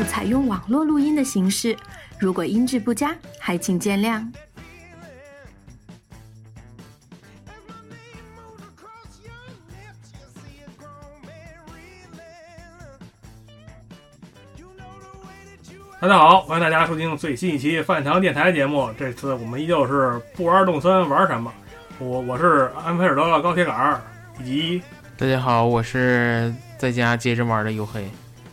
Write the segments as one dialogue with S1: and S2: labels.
S1: 采用网络录音的形式，如果音质不佳，还请见谅。
S2: 大家好，欢迎大家收听最新一期饭堂电台节目。这次我们依旧是不玩动森玩什么？我是安菲尔德高铁杆，以及
S3: 大家好，我是在家接着玩的黝黑。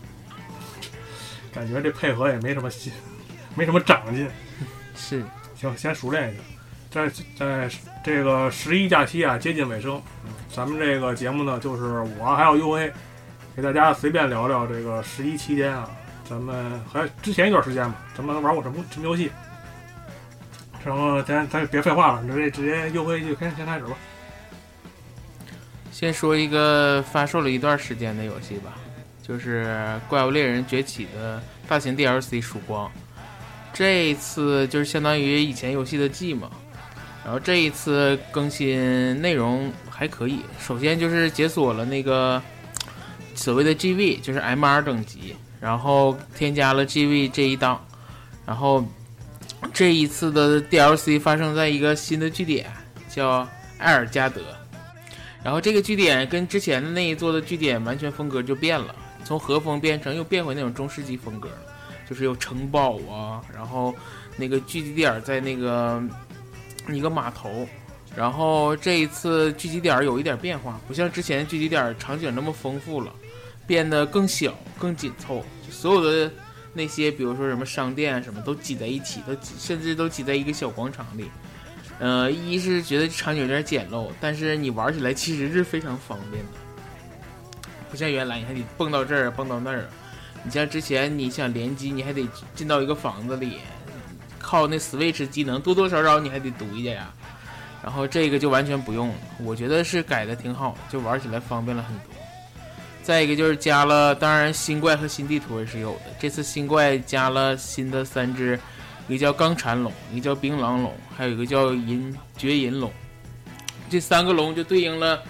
S2: 感觉这配合也没什么新，没什么长进。
S3: 是，
S2: 行，先熟练一下。在这个11假期啊接近尾声，咱们这个节目呢，就是我还有黝黑，给大家随便聊聊这个11期间啊。咱们还之前一段时间吧，咱们玩过什么游戏？然后咱别废话了，直接黝黑就先开始吧。
S3: 先说一个发售了一段时间的游戏吧，就是《怪物猎人崛起》的大型 DLC 曙光。这一次就是相当于以前游戏的季嘛，然后这一次更新内容还可以。首先就是解锁了那个所谓的 GV， 就是 M2 等级。然后添加了 GV 这一档，然后这一次的 DLC 发生在一个新的据点，叫埃尔加德。然后这个据点跟之前的那一座的据点完全风格就变了，从和风又变回那种中世纪风格，就是有城堡啊，然后那个聚集点在那个一个码头。然后这一次聚集点有一点变化，不像之前聚集点场景那么丰富了，变得更小更紧凑，就所有的那些比如说什么商店什么都挤在一起，甚至都挤在一个小广场里。一是觉得场景有点简陋，但是你玩起来其实是非常方便的，不像原来你还得蹦到这儿蹦到那儿。你像之前你想联机，你还得进到一个房子里，靠那 Switch 机能多多少少你还得读一下呀。然后这个就完全不用了，我觉得是改的挺好，就玩起来方便了很多。再一个就是加了，当然新怪和新地图也是有的。这次新怪加了新的3只，一个叫钢蝉龙，一个叫槟榔龙，还有一个叫绝银龙。这3个龙就对应了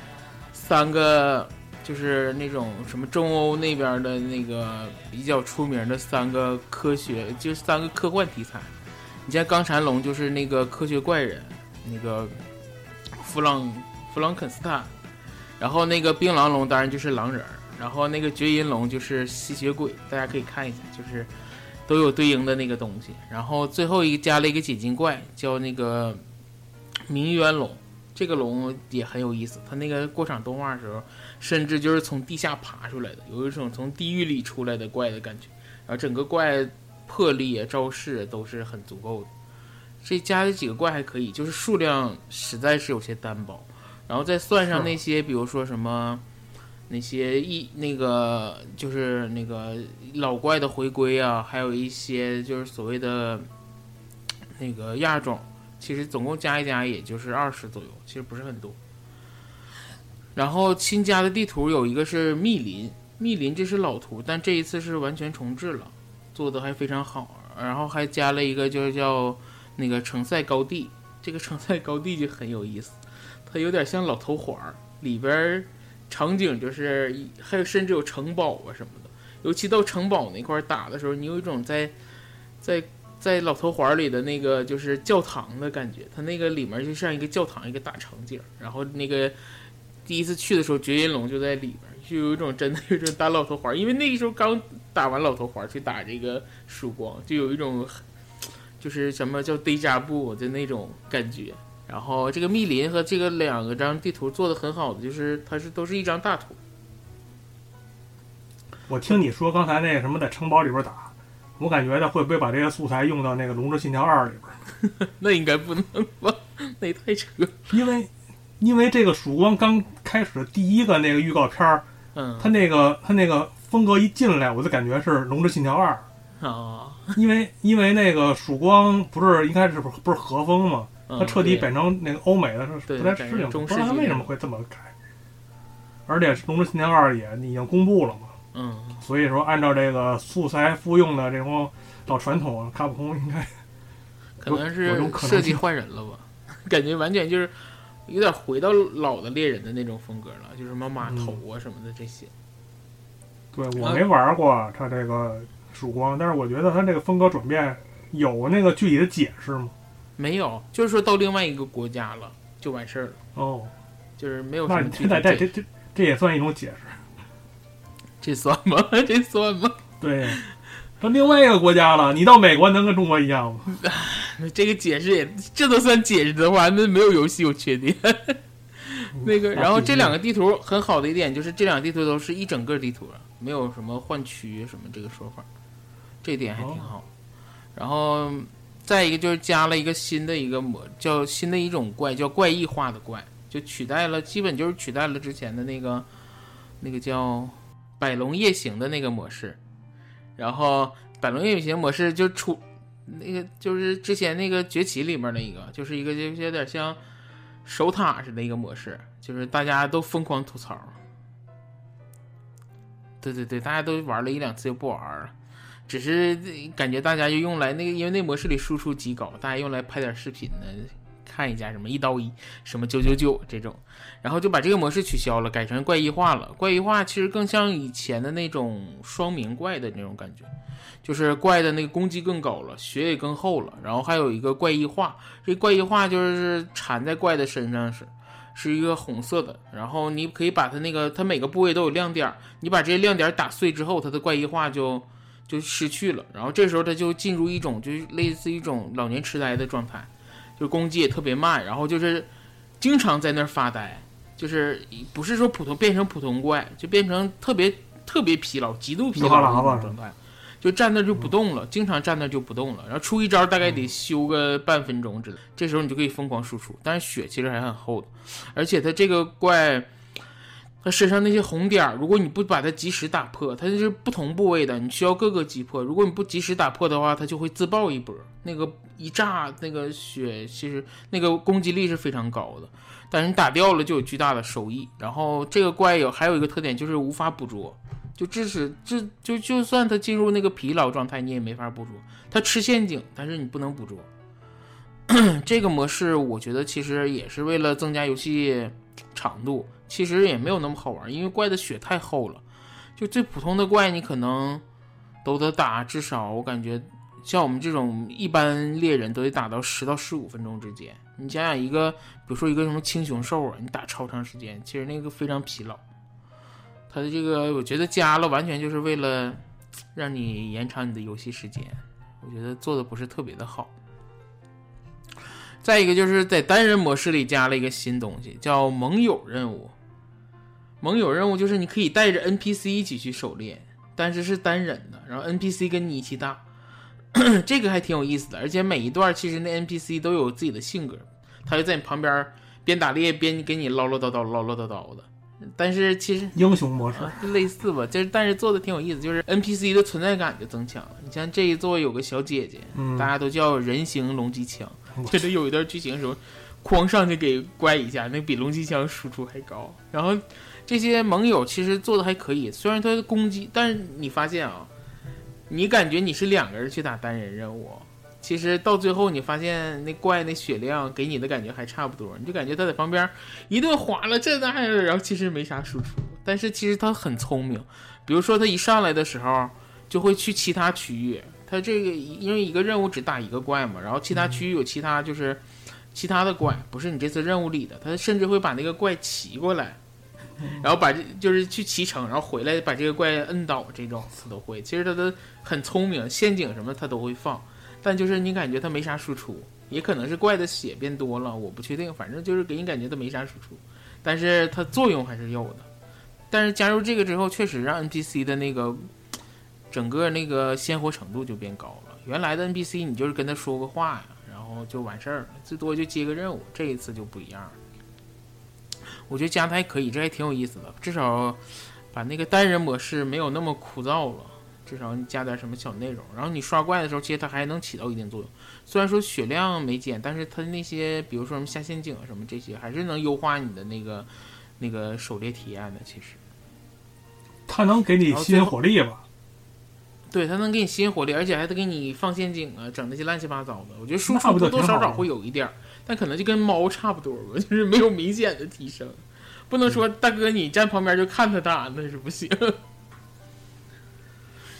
S3: 3个，就是那种什么中欧那边的那个比较出名的3个科学，就是3个科幻题材。你像钢蝉龙就是那个科学怪人，那个弗朗肯斯坦，然后那个槟榔龙当然就是狼人，然后那个绝银龙就是吸血鬼，大家可以看一下，就是都有对应的那个东西。然后最后一个加了一个解禁怪，叫那个鸣冤龙，这个龙也很有意思，它那个过场动画的时候，甚至就是从地下爬出来的，有一种从地狱里出来的怪的感觉。然后整个怪魄力啊、招式都是很足够的。这加的几个怪还可以，就是数量实在是有些单薄。然后再算上那些，比如说什么那些那个就是那个老怪的回归啊，还有一些就是所谓的那个亚种，其实总共加一加也就是20左右，其实不是很多。然后新加的地图有一个是密林这是老图，但这一次是完全重置了，做的还非常好。然后还加了一个就是叫那个城塞高地，这个城塞高地就很有意思，它有点像老头环，里边场景就是还有甚至有城堡啊什么的，尤其到城堡那块打的时候，你有一种在老头环里的那个就是教堂的感觉，它那个里面就像一个教堂一个大场景。然后那个第一次去的时候，绝银龙就在里边，就有一种真的有一种打老头环，因为那个时候刚打完老头环去打这个曙光，就有一种就是什么叫 déjà vu 的那种感觉。然后这个密林和这个2张地图做的很好的，就是它都是一张大图。
S2: 我听你说刚才那个什么在城堡里边打，我感觉他会不会把这个素材用到那个《龙之信条2》里边？
S3: 那应该不能吧？那也太扯。
S2: 因为这个曙光刚开始的第一个那个预告片，他那个风格一进来，我就感觉是《龙之信条2》
S3: 啊。
S2: 因为那个曙光不是应该是不是和风吗？它彻底变成那个欧美的，是不太适应，不知道他为什么会这么改。而且《龙之信条2》也已经公布了嘛，所以说按照这个素材复用的这种老传统，卡普空应该
S3: 可能是设计换人了吧，感觉完全就是有点回到老的猎人的那种风格了，就是什么码头啊什么的这些。
S2: 对，我没玩过他这个曙光，但是我觉得它这个风格转变有那个具体的解释吗？
S3: 没有，就是说到另外一个国家了就完事儿了。
S2: 哦，
S3: 就是没有什
S2: 那
S3: 么具体的解释。
S2: 这也算一种解释。
S3: 这算吗？这算吗？
S2: 对，到另外一个国家了，你到美国能跟中国一样吗？
S3: 这个解释也，这都算解释的话，那没有游戏有缺点。那个，然后这两个地图很好的一点就是这两个地图都是一整个地图，没有什么换区什么这个说法，这点还挺好。然后再一个就是加了一个新的一个叫新的一种怪，叫怪异化的怪，就基本就是取代了之前的那个叫百龙夜行的那个模式。然后百龙夜行模式就那个就是之前那个崛起里面的一个，就是一个就有点像守塔似的一个模式，就是大家都疯狂吐槽。对对对，大家都玩了一两次就不玩了，只是感觉大家就用来那个，因为那模式里输出极高，大家用来拍点视频呢，看一下什么1刀1，什么999这种，然后就把这个模式取消了，改成怪异化了。怪异化其实更像以前的那种双冥怪的那种感觉，就是怪的那个攻击更高了，血也更厚了，然后还有一个怪异化，这怪异化就是缠在怪的身上是一个红色的，然后你可以把它每个部位都有亮点，你把这些亮点打碎之后，它的怪异化就失去了，然后这时候它就进入一种就是类似一种老年痴呆的状态，就攻击也特别慢，然后就是经常在那儿发呆，就是不是说变成普通怪，就变成特别疲劳、极度疲劳的那种状态，就站那就不动了，经常站那就不动了，然后出一招大概得修个半分钟之类，这时候你就可以疯狂输出，但是血其实还很厚的，而且它这个怪。它身上那些红点，如果你不把它及时打破，它是不同部位的，你需要各个击破。如果你不及时打破的话，它就会自爆一波。那个一炸，那个血其实那个攻击力是非常高的，但是你打掉了就有巨大的收益。然后这个怪还有一个特点就是无法捕捉，就算它进入那个疲劳状态，你也没法捕捉。它吃陷阱，但是你不能捕捉。这个模式我觉得其实也是为了增加游戏长度。其实也没有那么好玩，因为怪的血太厚了，就最普通的怪你可能都得打，至少我感觉像我们这种一般猎人都得打到10到15分钟之间。你想想比如说一个什么青熊兽啊，你打超长时间，其实那个非常疲劳。它的这个我觉得加了完全就是为了让你延长你的游戏时间，我觉得做的不是特别的好。再一个就是在单人模式里加了一个新东西，叫盟友任务。盟友任务就是你可以带着 NPC 一起去狩猎，但是是单人的，然后 NPC 跟你一起打，这个还挺有意思的。而且每一段其实那 NPC 都有自己的性格，他就在你旁边边打猎边给你唠唠叨叨的。但是其实
S2: 英雄模式、
S3: 类似吧，但是做的挺有意思，就是 NPC 的存在感就增强了。你像这一座有个小姐姐，大家都叫人形龙击枪，这里有一段剧情的时候，哐上去给怪一下，那比龙击枪输出还高。然后这些盟友其实做的还可以，虽然他的攻击，但是你发现啊，你感觉你是2个人去打单人任务，其实到最后你发现那怪那血量给你的感觉还差不多，你就感觉他在旁边一顿划了这那，然后其实没啥输出，但是其实他很聪明。比如说他一上来的时候就会去其他区域，他这个因为一个任务只打一个怪嘛，然后其他区域有其他的怪，不是你这次任务里的，他甚至会把那个怪骑过来，然后就是去骑乘，然后回来把这个怪摁倒，这种他都会。其实他都很聪明，陷阱什么他都会放，但就是你感觉他没啥输出，也可能是怪的血变多了，我不确定，反正就是给你感觉他没啥输出，但是它作用还是有的。但是加入这个之后，确实让 NPC 的那个整个那个鲜活程度就变高了。原来的 NPC 你就是跟他说个话呀，然后就完事儿了，最多就接个任务，这一次就不一样了。我觉得加的还可以，这还挺有意思的，至少把那个单人模式没有那么枯燥了，至少你加点什么小内容，然后你刷怪的时候其实它还能起到一定作用。虽然说血量没减，但是它那些比如说什么下陷阱什么这些还是能优化你的那个狩猎体验的。其实
S2: 它能给你吸引火力吧？
S3: 对，它能给你吸引火力，而且还得给你放陷阱啊，整那些乱七八糟的。我觉得输出多多少少会有一点，但可能就跟猫差不多吧，就是没有明显的提升。不能说大哥你站旁边就看他打，那是不行。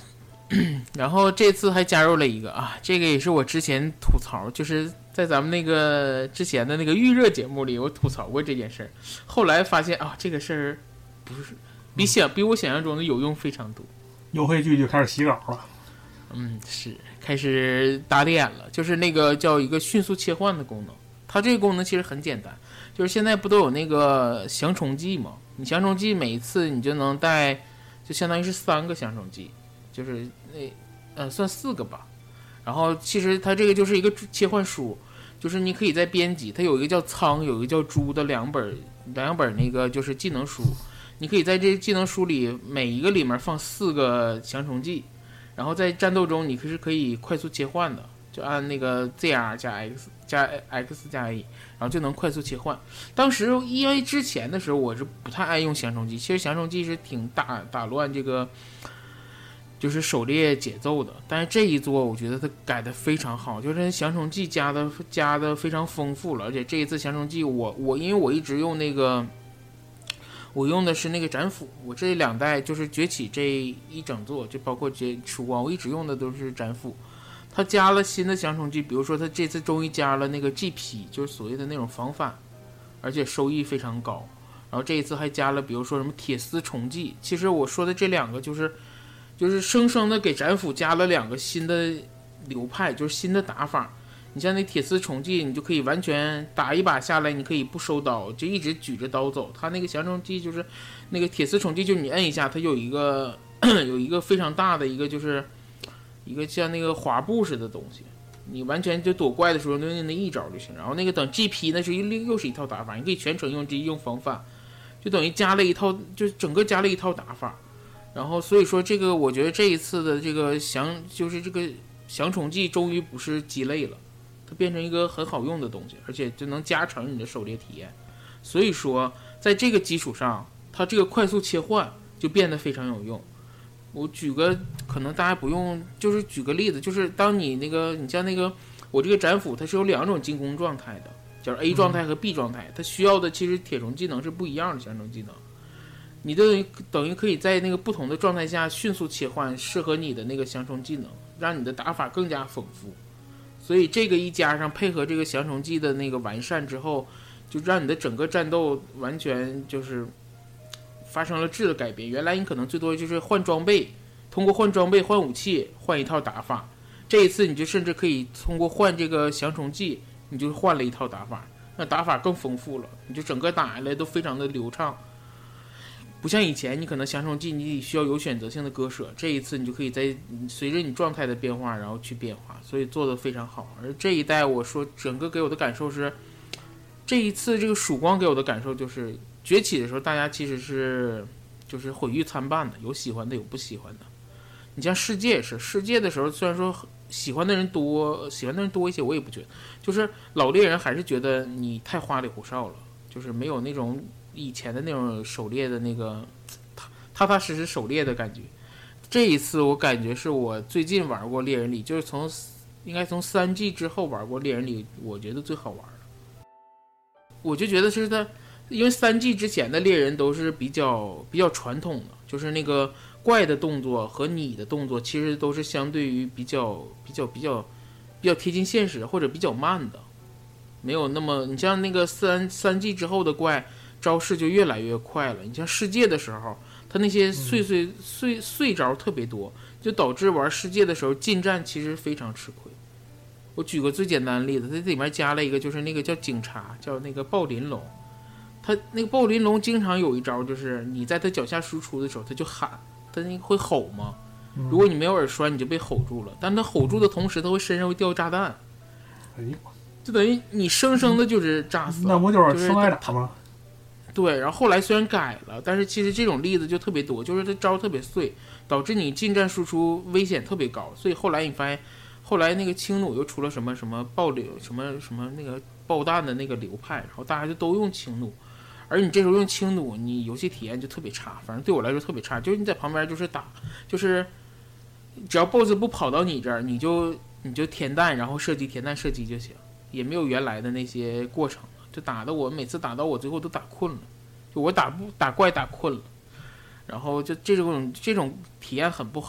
S3: 然后这次还加入了一个啊，这个也是我之前吐槽，就是在咱们那个之前的那个预热节目里，我吐槽过这件事儿。后来发现啊，这个事儿不是比我想象中的有用非常多。
S2: 优惠剧就开始洗稿了。
S3: 是开始打脸了，就是那个叫一个迅速切换的功能。它这个功能其实很简单，就是现在不都有那个降虫剂吗？你降虫剂每一次你就能带，就相当于是3个降虫剂，就是算4个吧。然后其实它这个就是一个切换书，就是你可以在编辑，它有一个叫仓，有一个叫猪的两本那个就是技能书，你可以在这技能书里每一个里面放4个降虫剂。然后在战斗中你是可以快速切换的，就按那个 ZR 加 X 加 X 加 A， 然后就能快速切换。当时因为之前的时候我是不太爱用降虫剂，其实降虫剂是挺打乱这个就是狩猎节奏的，但是这一座我觉得它改的非常好，就是降虫剂加的非常丰富了，而且这一次降虫剂我因为我一直用那个。我用的是那个斩斧，我这2代就是崛起这一整座，就包括这曙光，我一直用的都是斩斧。它加了新的降虫剂，比如说它这次终于加了那个 GP， 就是所谓的那种防反，而且收益非常高。然后这一次还加了，比如说什么铁丝虫剂。其实我说的这2个就是生生的给斩斧加了2个新的流派，就是新的打法。你像那铁丝虫剂，你就可以完全打一把下来，你可以不收刀，就一直举着刀走。它那个降虫剂就是那个铁丝虫剂，就是你摁一下，它有一个非常大的一个，就是一个像那个滑步似的东西，你完全就躲怪的时候用那一招就行。然后那个等 GP 那是又是一套打法，你可以全程用 G 用防范，就等于加了一套，就整个加了一套打法。然后所以说这个我觉得这一次的这个就是这个降虫剂终于不是鸡肋了。它变成一个很好用的东西，而且就能加成你的狩猎体验。所以说在这个基础上，它这个快速切换就变得非常有用。我举个可能大家不用，就是举个例子，就是当你像那个我这个斩斧，它是有2种进攻状态的，就是 A 状态和 B 状态，它需要的其实铁虫技能是不一样的降虫技能。你等于可以在那个不同的状态下迅速切换适合你的那个降虫技能，让你的打法更加丰富。所以这个一加上配合这个降虫剂的那个完善之后，就让你的整个战斗完全就是发生了质的改变。原来你可能最多就是换装备，通过换装备换武器换一套打法，这一次你就甚至可以通过换这个降虫剂，你就换了一套打法，那打法更丰富了，你就整个打下来都非常的流畅。不像以前你可能降虫剂你需要有选择性的割舍，这一次你就可以在随着你状态的变化然后去变化，所以做得非常好。而这一代我说整个给我的感受是，这一次这个曙光给我的感受就是崛起的时候大家其实是就是毁誉参半的，有喜欢的有不喜欢的。你像世界也是，世界的时候虽然说喜欢的人多一些，我也不觉得，就是老猎人还是觉得你太花里胡哨了，就是没有那种以前的那种狩猎的那个踏踏实实狩猎的感觉。这一次我感觉是我最近玩过猎人里，就是应该从3G 之后玩过猎人里，我觉得最好玩的。我就觉得是它，因为3G 之前的猎人都是比较传统的，就是那个怪的动作和你的动作其实都是相对于比较贴近现实或者比较慢的，没有那么你像那个3G 之后的怪招式就越来越快了。你像世界的时候，它那些碎招特别多，就导致玩世界的时候近战其实非常吃亏。我举个最简单的例子，它里面加了一个，就是那个叫警察，叫那个暴鳞龙。它那个暴鳞龙经常有一招，就是你在它脚下输出的时候，它就喊，它那个会吼嘛。如果你没有耳栓，你就被吼住了。但它吼住的同时，它会身上会掉炸弹，就等于你生生的就是炸死。
S2: 那不就是生挨打吗？
S3: 对，然后后来虽然改了，但是其实这种例子就特别多，就是它招特别碎，导致你近战输出危险特别高。所以后来你发现，后来那个轻弩又出了什么爆流什么那个爆弹的那个流派，然后大家就都用轻弩，而你这时候用轻弩，你游戏体验就特别差，反正对我来说特别差。就是你在旁边就是打，就是只要 BOSS 不跑到你这儿，你就填弹，然后射击填弹射击就行，也没有原来的那些过程。就打的我每次打到我最后都打困了，就我打怪打困了，然后就这种体验很不好。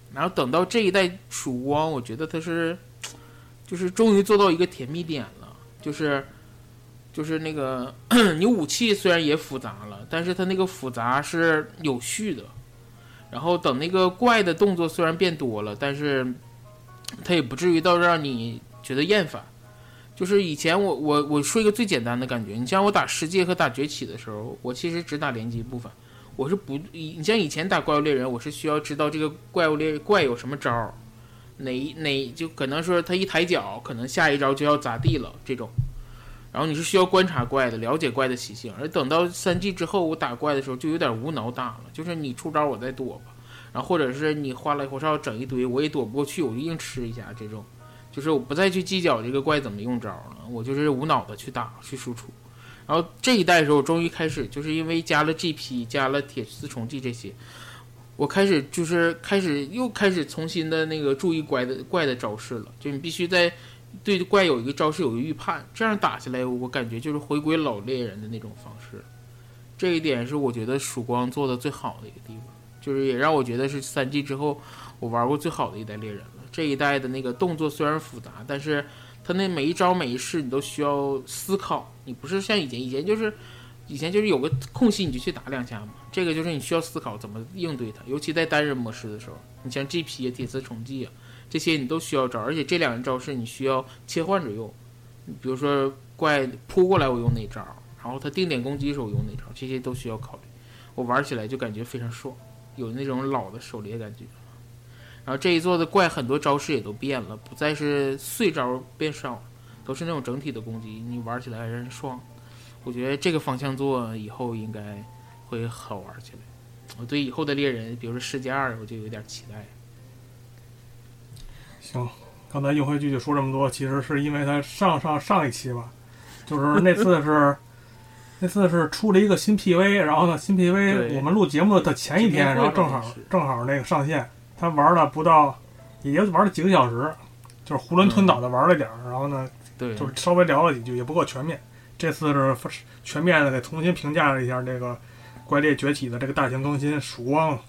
S3: 然后等到这一代曙光，我觉得它就是终于做到一个甜蜜点了，就是那个你武器虽然也复杂了，但是它那个复杂是有序的。然后等那个怪的动作虽然变多了，但是它也不至于到让你觉得厌烦。就是以前我说一个最简单的感觉，你像我打世界和打崛起的时候，我其实只打连击部分，我是不，你像以前打怪物猎人，我是需要知道这个怪有什么招，哪就可能说他一抬脚，可能下一招就要砸地了这种。然后你是需要观察怪的，了解怪的习性。而等到3G 之后，我打怪的时候就有点无脑打了，就是你出招我再躲吧，然后或者是你花里胡哨整一堆，我也躲不过去，我就硬吃一下这种。就是我不再去计较这个怪怎么用招了，我就是无脑的去打去输出。然后这一代的时候，我终于开始就是因为加了 GP 加了铁丝重技这些，我开始又开始重新的那个注意怪的招式了，就你必须在对怪有一个招式有一个预判，这样打下来我感觉就是回归老猎人的那种方式。这一点是我觉得曙光做的最好的一个地方，就是也让我觉得是3G 之后我玩过最好的一代猎人了。这一代的那个动作虽然复杂，但是他那每一招每一式你都需要思考，你不是像以前就是有个空隙你就去打2下嘛，这个就是你需要思考怎么应对它，尤其在单人模式的时候，你像 GP 啊、铁丝重技啊这些你都需要招，而且这2个招式你需要切换着用，比如说怪扑过来我用哪招，然后他定点攻击的时候我用哪招，这些都需要考虑。我玩起来就感觉非常爽，有那种老的狩猎感觉。然后这一座的怪很多招式也都变了，不再是碎招变少了，都是那种整体的攻击，你玩起来让人爽。我觉得这个方向做以后应该会好玩起来。我对以后的猎人，比如说世界2，我就有点期待。
S2: 行，刚才硬核剧就说这么多，其实是因为他上一期吧，就是那次是出了一个新 PV， 然后呢新 PV 我们录节目的前一天，然后正好那个上线，他玩了不到，也就玩了几个小时，就是囫囵吞枣的玩了点，然后呢，
S3: 对，
S2: 就是稍微聊了几句，也不够全面。这次是全面的给重新评价了一下这个怪猎崛起的这个大型更新曙光。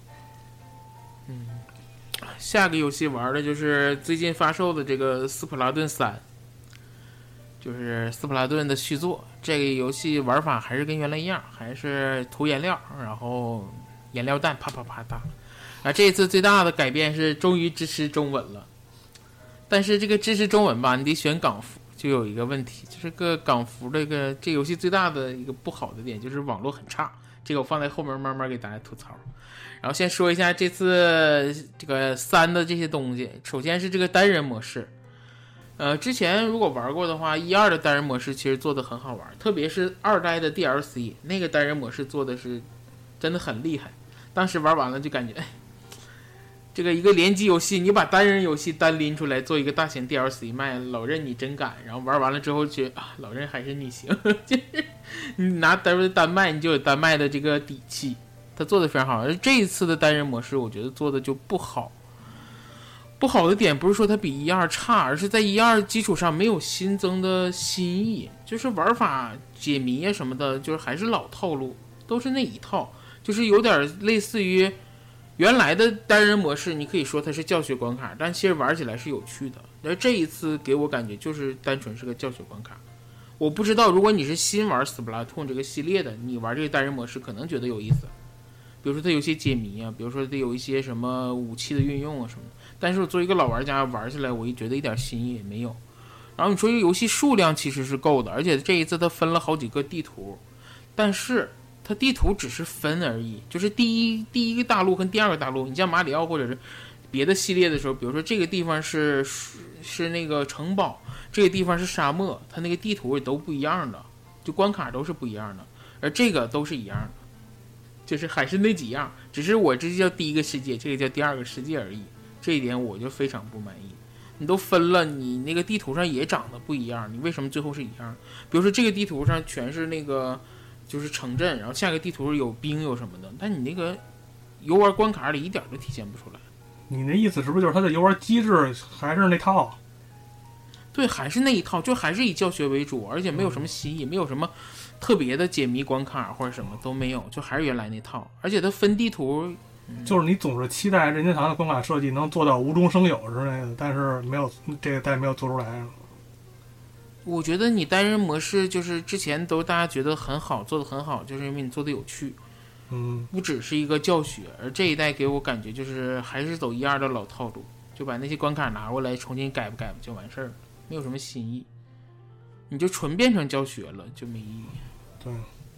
S3: 下个游戏玩的就是最近发售的这个斯普拉顿3，就是斯普拉顿的续作。这个游戏玩法还是跟原来一样，还是涂颜料，然后颜料弹啪啪啪打。这一次最大的改变是终于支持中文了，但是这个支持中文吧，你得选港服，就有一个问题，就是个港服这游戏最大的一个不好的点就是网络很差，这个我放在后面慢慢给大家吐槽。然后先说一下这次这个3的这些东西。首先是这个单人模式，之前如果玩过的话，1、2的单人模式其实做的很好玩，特别是2代的 DLC 那个单人模式做的是真的很厉害。当时玩完了就感觉，这个一个联机游戏，你把单人游戏单拎出来做一个大型 DLC 卖，老任你真敢。然后玩完了之后觉得老任还是你行，就是你拿单卖你就有单卖的这个底气。他做的非常好，而这一次的单人模式我觉得做的就不好。不好的点不是说它比1、2差，而是在1、2基础上没有新增的新意，就是玩法解谜啊什么的，就是还是老套路，都是那一套，就是有点类似于原来的单人模式，你可以说它是教学关卡，但其实玩起来是有趣的。而这一次给我感觉就是单纯是个教学关卡。我不知道如果你是新玩 Splatoon 这个系列的，你玩这个单人模式可能觉得有意思，比如说它有些解谜啊，比如说它有一些什么武器的运用啊什么的，但是我作为一个老玩家玩起来我也觉得一点新意也没有。然后你说这个游戏数量其实是够的，而且这一次它分了好几个地图，但是它地图只是分而已，就是第一个大陆跟第2个大陆，你像马里奥或者是别的系列的时候，比如说这个地方是那个城堡，这个地方是沙漠，它那个地图也都不一样的，就关卡都是不一样的，而这个都是一样的，就是还是那几样，只是我这叫第一个世界，这个叫第2个世界而已。这一点我就非常不满意。你都分了，你那个地图上也长得不一样，你为什么最后是一样？比如说这个地图上全是那个就是城镇，然后下个地图有兵有什么的，但你那个游玩关卡里一点都体现不出来。
S2: 你那意思是不是就是它的游玩机制还是那套？
S3: 对，还是那一套，就还是以教学为主，而且没有什么新意，没有什么特别的解谜关卡或者什么都没有，就还是原来那套。而且它分地图
S2: 就是你总是期待任天堂的关卡设计能做到无中生有之类的，但是没有这个代没有做出来。
S3: 我觉得你单人模式就是之前都大家觉得很好，做的很好，就是因为你做的有趣，不只是一个教学。而这一代给我感觉就是还是走1、2的老套路，就把那些关卡拿过来重新改不就完事儿了，没有什么新意，你就纯变成教学了，就没意义。
S2: 对。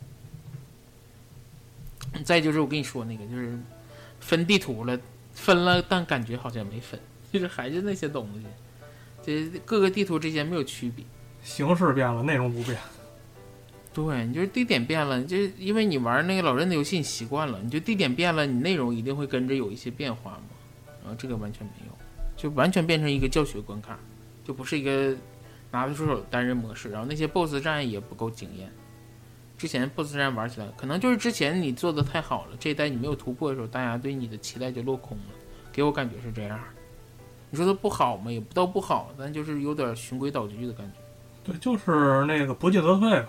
S3: 再就是我跟你说那个，就是分地图了，分了，但感觉好像没分，就是还是那些东西，这各个地图之间没有区别。
S2: 形式变了，内容不变。
S3: 对，你就是地点变了，就是因为你玩那个老任的游戏你习惯了，你就地点变了，你内容一定会跟着有一些变化嘛。然后这个完全没有，就完全变成一个教学关卡，就不是一个拿得出手单人模式。然后那些 BOSS 战也不够惊艳。之前 BOSS 战玩起来，可能就是之前你做的太好了，这一代你没有突破的时候，大家对你的期待就落空了。给我感觉是这样。你说它不好吗？也不到不好，但就是有点循规蹈矩的感觉。
S2: 对，就是那个不进则退吧。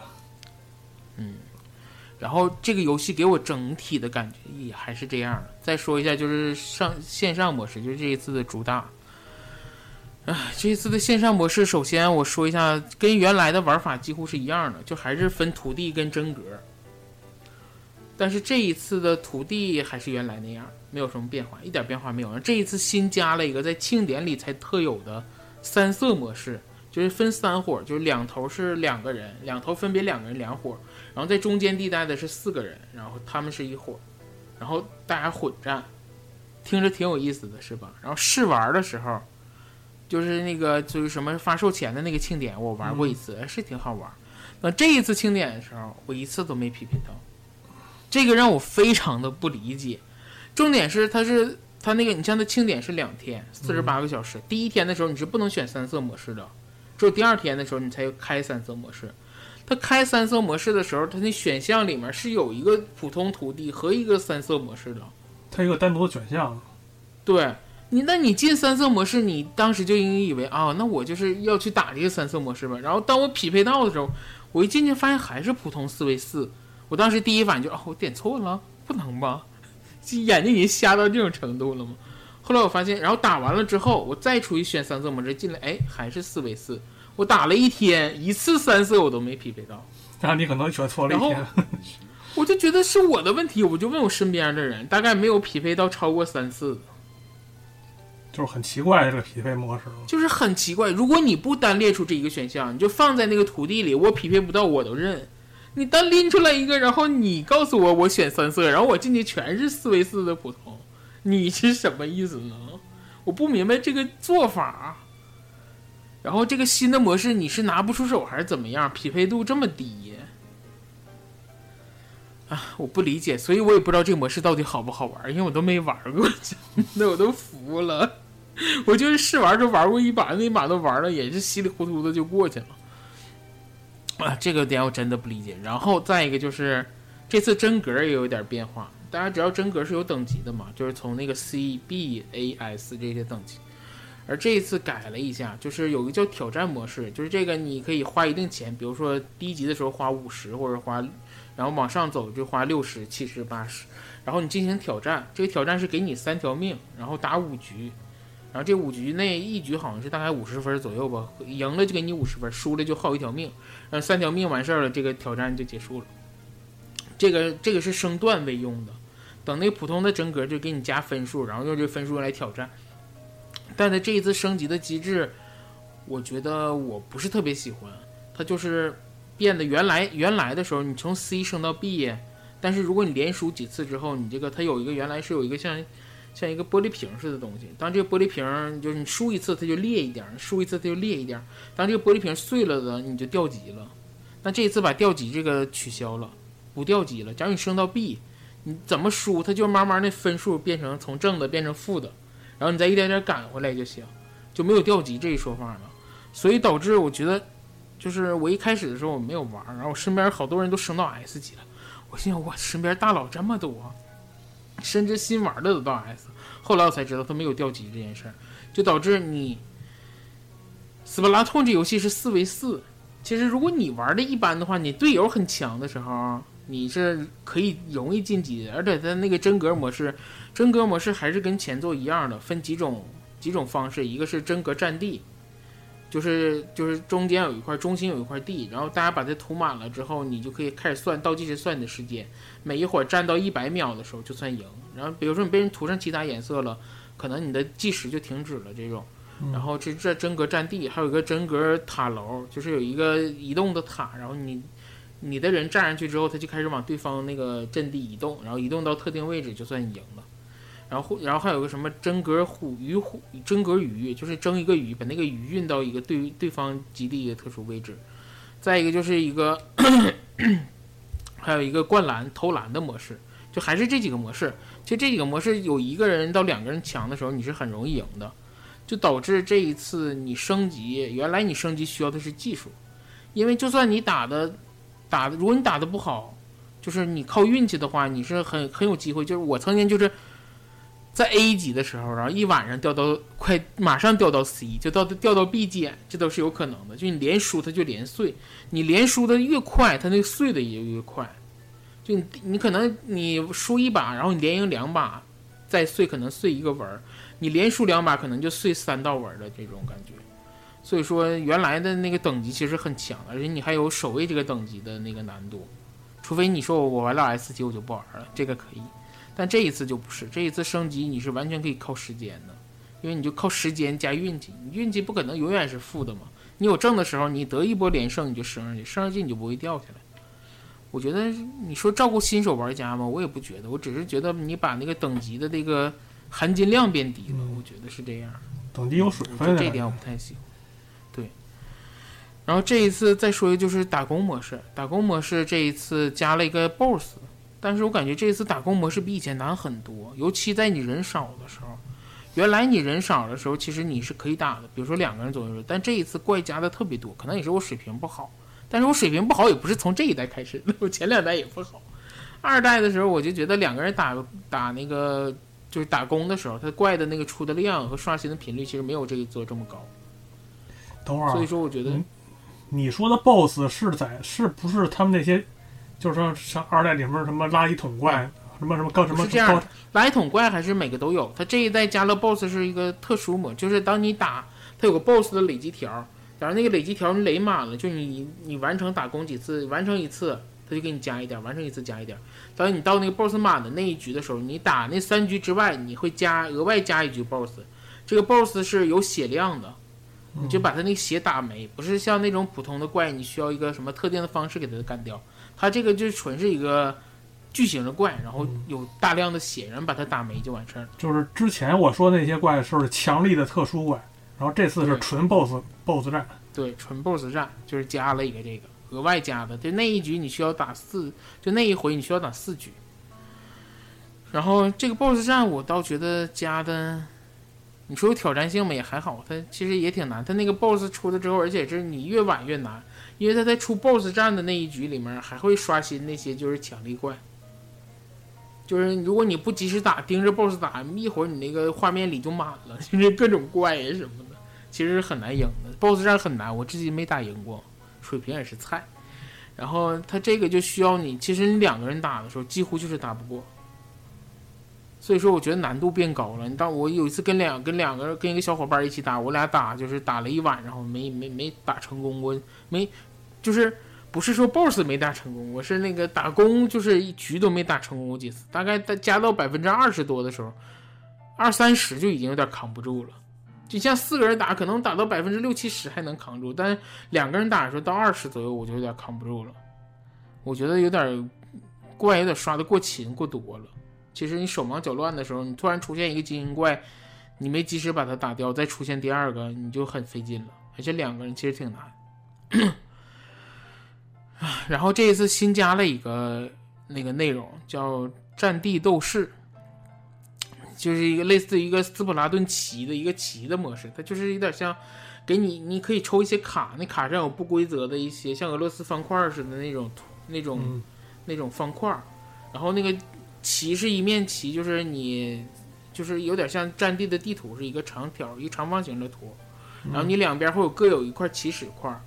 S3: 然后这个游戏给我整体的感觉也还是这样的。再说一下，就是线上模式，就是这一次的主打。这一次的线上模式，首先我说一下，跟原来的玩法几乎是一样的，就还是分土地跟真格。但是这一次的土地还是原来那样，没有什么变化，一点变化没有。这一次新加了一个在庆典里才特有的3色模式，就是分3伙，就是两头是2个人，两头分别2个人2伙，然后在中间地带的是4个人，然后他们是一伙，然后大家混战，听着挺有意思的，是吧？然后试玩的时候，就是那个就是什么发售前的那个庆典，我玩过一次，是挺好玩。那这一次庆典的时候，我一次都没匹配到，这个让我非常的不理解。重点是它那个，你像它庆典是2天，48个小时。第一天的时候你是不能选3色模式的，只有第2天的时候你才开3色模式。它开3色模式的时候，它那选项里面是有一个普通土地和一个3色模式的，
S2: 它一个单独的选项。
S3: 对。那你进3色模式，你当时就应该以为那我就是要去打这个3色模式吧。然后当我匹配到的时候，我一进去发现还是普通4v4。我当时第一反应就我点错了，不能吧？眼睛已经瞎到这种程度了吗？后来我发现，然后打完了之后，我再出去选3色模式进来，还是4v4。我打了1天，一次3色我都没匹配到。
S2: 那你可能选错了一天。
S3: 我就觉得是我的问题，我就问我身边的人，大概没有匹配到超过3次的。
S2: 就是很奇怪这个匹配模式，
S3: 就是很奇怪。如果你不单列出这一个选项，你就放在那个土地里，我匹配不到我都认。你单拎出来一个，然后你告诉我选3色，然后我进去全是4v4的普通，你是什么意思呢？我不明白这个做法。然后这个新的模式你是拿不出手还是怎么样？匹配度这么低我不理解，所以我也不知道这个模式到底好不好玩，因为我都没玩过，那我都服了。我就是试玩就玩过一把，那把都玩了，也是稀里糊涂的就过去了。这个点我真的不理解。然后再一个就是这次真格也有点变化，大家知道真格是有等级的嘛，就是从那个 C、B、A、S 这些等级。而这一次改了一下，就是有一个叫挑战模式，就是这个你可以花一定钱，比如说第1级的时候花50或者花，然后往上走就花60、70、80，然后你进行挑战。这个挑战是给你3条命，然后打5局，然后这5局内1局好像是大概50分左右吧，赢了就给你50分，输了就耗1条命，然后3条命完事儿了，这个挑战就结束了。这个是升段位用的，等那个普通的真格就给你加分数，然后用这个分数来挑战。但是这一次升级的机制，我觉得我不是特别喜欢。它就是变得原来的时候，你从 C 升到 B， 但是如果你连输几次之后，你这个它有一个原来是有一个像一个玻璃瓶似的东西。当这个玻璃瓶就是你输一次它就裂一点，输一次它就裂一点。当这个玻璃瓶碎了的，你就掉级了。但这一次把掉级这个取消了，不掉级了。假如你升到 B， 你怎么输，它就慢慢的分数变成从正的变成负的。然后你再一点点赶回来就行，就没有掉级这一说法了。所以导致我觉得，就是我一开始的时候我没有玩，然后我身边好多人都升到 S 级了，我心想我身边大佬这么多，甚至新玩的都到 S。后来我才知道他没有掉级这件事儿，就导致你斯普拉通这游戏是4v4。其实如果你玩的一般的话，你队友很强的时候， 你是可以容易晋级的。而且它那个真格模式还是跟前作一样的，分几种方式，一个是真格占地，就是中间有一块，中心有一块地，然后大家把它涂满了之后，你就可以开始算倒计时算你的时间，每一会儿站到100秒的时候就算赢。然后比如说你被人涂上其他颜色了，可能你的计时就停止了这种。然后这真格占地，还有一个真格塔楼，就是有一个移动的塔，然后你的人站上去之后，他就开始往对方那个阵地移动，然后移动到特定位置就算赢了。然后还有个什么真格真格鱼，就是蒸一个鱼，把那个鱼运到一个对方基地一个特殊位置。再一个就是一个还有一个灌篮投篮的模式，就还是这几个模式。其实这几个模式有一个人到2个人强的时候，你是很容易赢的。就导致这一次你升级，原来你升级需要的是技术，因为就算你打的，如果你打的不好，就是你靠运气的话，你是很有机会。就是我曾经就是在 A 级的时候，然后一晚上马上掉到 C， 就掉到 B 减，这都是有可能的。就你连输它就连碎，你连输的越快，它那个碎的也越快。就你可能你输1把，然后你连赢2把，再碎可能碎1个文，你连输2把可能就碎3道文的这种感觉。所以说原来的那个等级其实很强，而且你还有守卫这个等级的那个难度，除非你说我玩到 S 级我就不玩了，这个可以。但这一次就不是，这一次升级你是完全可以靠时间的，因为你就靠时间加运气，你运气不可能永远是负的嘛。你有正的时候，你得一波连胜你就升上去，升上去你就不会掉下来。我觉得你说照顾新手玩家嘛，我也不觉得，我只是觉得你把那个等级的这个含金量变低了，我觉得是这样。
S2: 等级有水分，
S3: 这一点我不太喜欢。对。然后这一次再说就是打工模式，打工模式这一次加了一个 BOSS， 但是我感觉这一次打工模式比以前难很多，尤其在你人少的时候。原来你人少的时候，其实你是可以打的，比如说2个人左右，但这一次怪加的特别多，可能也是我水平不好。但是我水平不好也不是从这一代开始的，我前2代也不好。2代的时候我就觉得2个人打那个就是打工的时候，他怪的那个出的量和刷新的频率其实没有这一座这么高。
S2: 等会儿，
S3: 所以说我觉得
S2: 你说的 BOSS 是不是他们那些，就是说像2代里面什么垃圾桶怪，什么高什么？
S3: 是这样的，垃圾桶怪还是每个都有。他这一代加了 BOSS 是一个特殊模，就是当你打，它有个 BOSS 的累积条。然后那个累积条你累满了，就你完成打工几次，完成1次他就给你加一点，完成1次加一点。当你到那个 BOSS 满的那一局的时候，你打那3局之外，你会额外加1局 BOSS。这个 BOSS 是有血量的，你就把他那个血打没，不是像那种普通的怪，你需要一个什么特定的方式给他干掉。他这个就纯是一个巨型的怪，然后有大量的血，然后把它打没就完事儿。
S2: 就是之前我说那些怪是强力的特殊怪。然后这次是纯 BOSS 战，
S3: 对，纯 BOSS 战，就是加了一个这个额外加的，就那一局你需要打就那一回你需要打4局。然后这个 BOSS 战我倒觉得加的，你说有挑战性嘛也还好，它其实也挺难。它那个 BOSS 出了之后，而且是你越晚越难，因为它在出 BOSS 战的那一局里面还会刷新那些就是强力怪。就是如果你不及时打，盯着 BOSS 打，一会儿你那个画面里就满了，就是各种怪什么的，其实很难赢的。BOSS 战很难，我至今没打赢过，水平也是菜。然后他这个就需要你，其实你2个人打的时候几乎就是打不过。所以说我觉得难度变高了。当我有一次跟一个小伙伴一起打，我俩打就是打了1晚，然后没打成功，我没就是不是说 BOSS 没打成功，我是那个打工就是一局都没打成功过几次，大概加到20%多的时候，20-30%就已经有点扛不住了。就像4个人打，可能打到60-70%还能扛住，但是2个人打的时候到20左右，我就有点扛不住了。我觉得有点怪，有点刷的过勤过多了。其实你手忙脚乱的时候，你突然出现一个精英怪，你没及时把它打掉，再出现第2个，你就很费劲了。而且2个人其实挺难。然后这一次新加了一个那个内容叫战地斗士，就是一个类似于一个斯普拉顿棋的一个棋的模式，它就是有点像给你可以抽一些卡，那卡上有不规则的一些像俄罗斯方块似的那种方块，然后那个棋是一面棋，就是你就是有点像战地的地图，是一个长条一个长方形的图，然后你两边会各有一块起始块。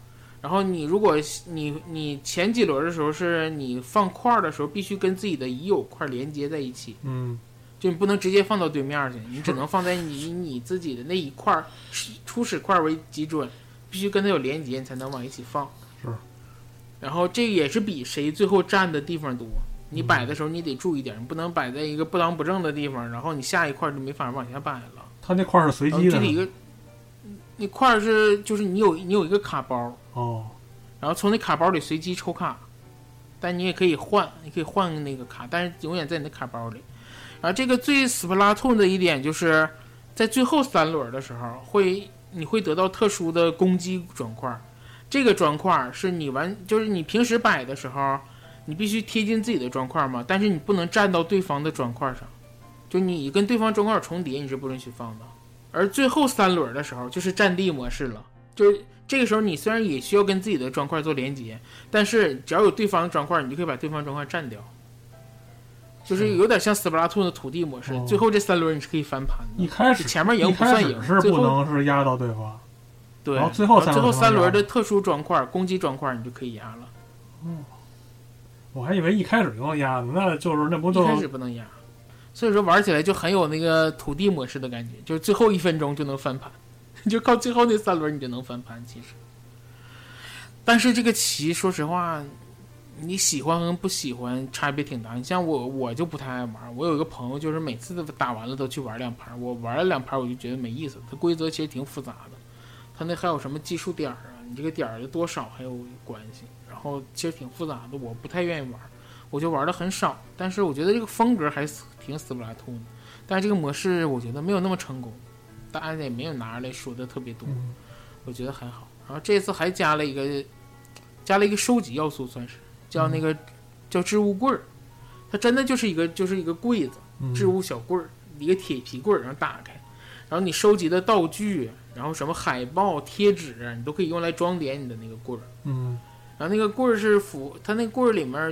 S3: 然后你如果你前几轮的时候是你放块的时候，必须跟自己的已有块连接在一起，就你不能直接放到对面去，你只能放在你自己的那一块初始块为基准，必须跟它有连接，你才能往一起放。
S2: 是。
S3: 然后这也是比谁最后占的地方多。你摆的时候你得注意点，你不能摆在一个不当不正的地方，然后你下一块就没法往下摆了。
S2: 它那块是随机的。
S3: 这里一个那块是就是你有一个卡包
S2: 哦，
S3: 然后从那卡包里随机抽卡，但你也可以换，你可以换那个卡，但是永远在你的卡包里。然后这个最斯普拉通的一点就是在最后3轮的时候你会得到特殊的攻击砖块，这个砖块是就是你平时摆的时候你必须贴近自己的砖块嘛，但是你不能站到对方的砖块上，就你跟对方砖块重叠你是不允许放的。而最后3轮的时候就是战地模式了，就是这个时候你虽然也需要跟自己的砖块做连接，但是只要有对方的砖块你就可以把对方砖块占掉，就是有点像斯普拉通的土地模式。最后这3轮你是可以翻盘的，
S2: 一开始
S3: 前面赢不算赢，
S2: 是不能是压到对方，
S3: 对，
S2: 然后最后
S3: 3轮的特殊砖块攻击砖块你就可以压了。
S2: 我还以为一开始就能压呢，那就是那不就
S3: 一开始不能压，所以说玩起来就很有那个土地模式的感觉，就是最后1分钟就能翻盘，就靠最后那3轮你就能翻盘。其实，但是这个棋说实话，你喜欢和不喜欢差别挺大。你像我就不太爱玩，我有一个朋友就是每次打完了都去玩2盘，我玩了2盘我就觉得没意思。它规则其实挺复杂的，它那还有什么计数点啊，你这个点的多少还有关系，然后其实挺复杂的，我不太愿意玩，我就玩的很少。但是我觉得这个风格还挺斯普拉通的，但是这个模式我觉得没有那么成功，大家也没有拿来说的特别多，我觉得还好。然后这次还加了一个收集要素，算是叫那个叫置物柜儿，它真的就是一个柜子，置物小柜儿，一个铁皮柜儿，然后打开，然后你收集的道具，然后什么海报、贴纸，你都可以用来装点你的那个柜儿。然后那个柜儿它那个柜儿里面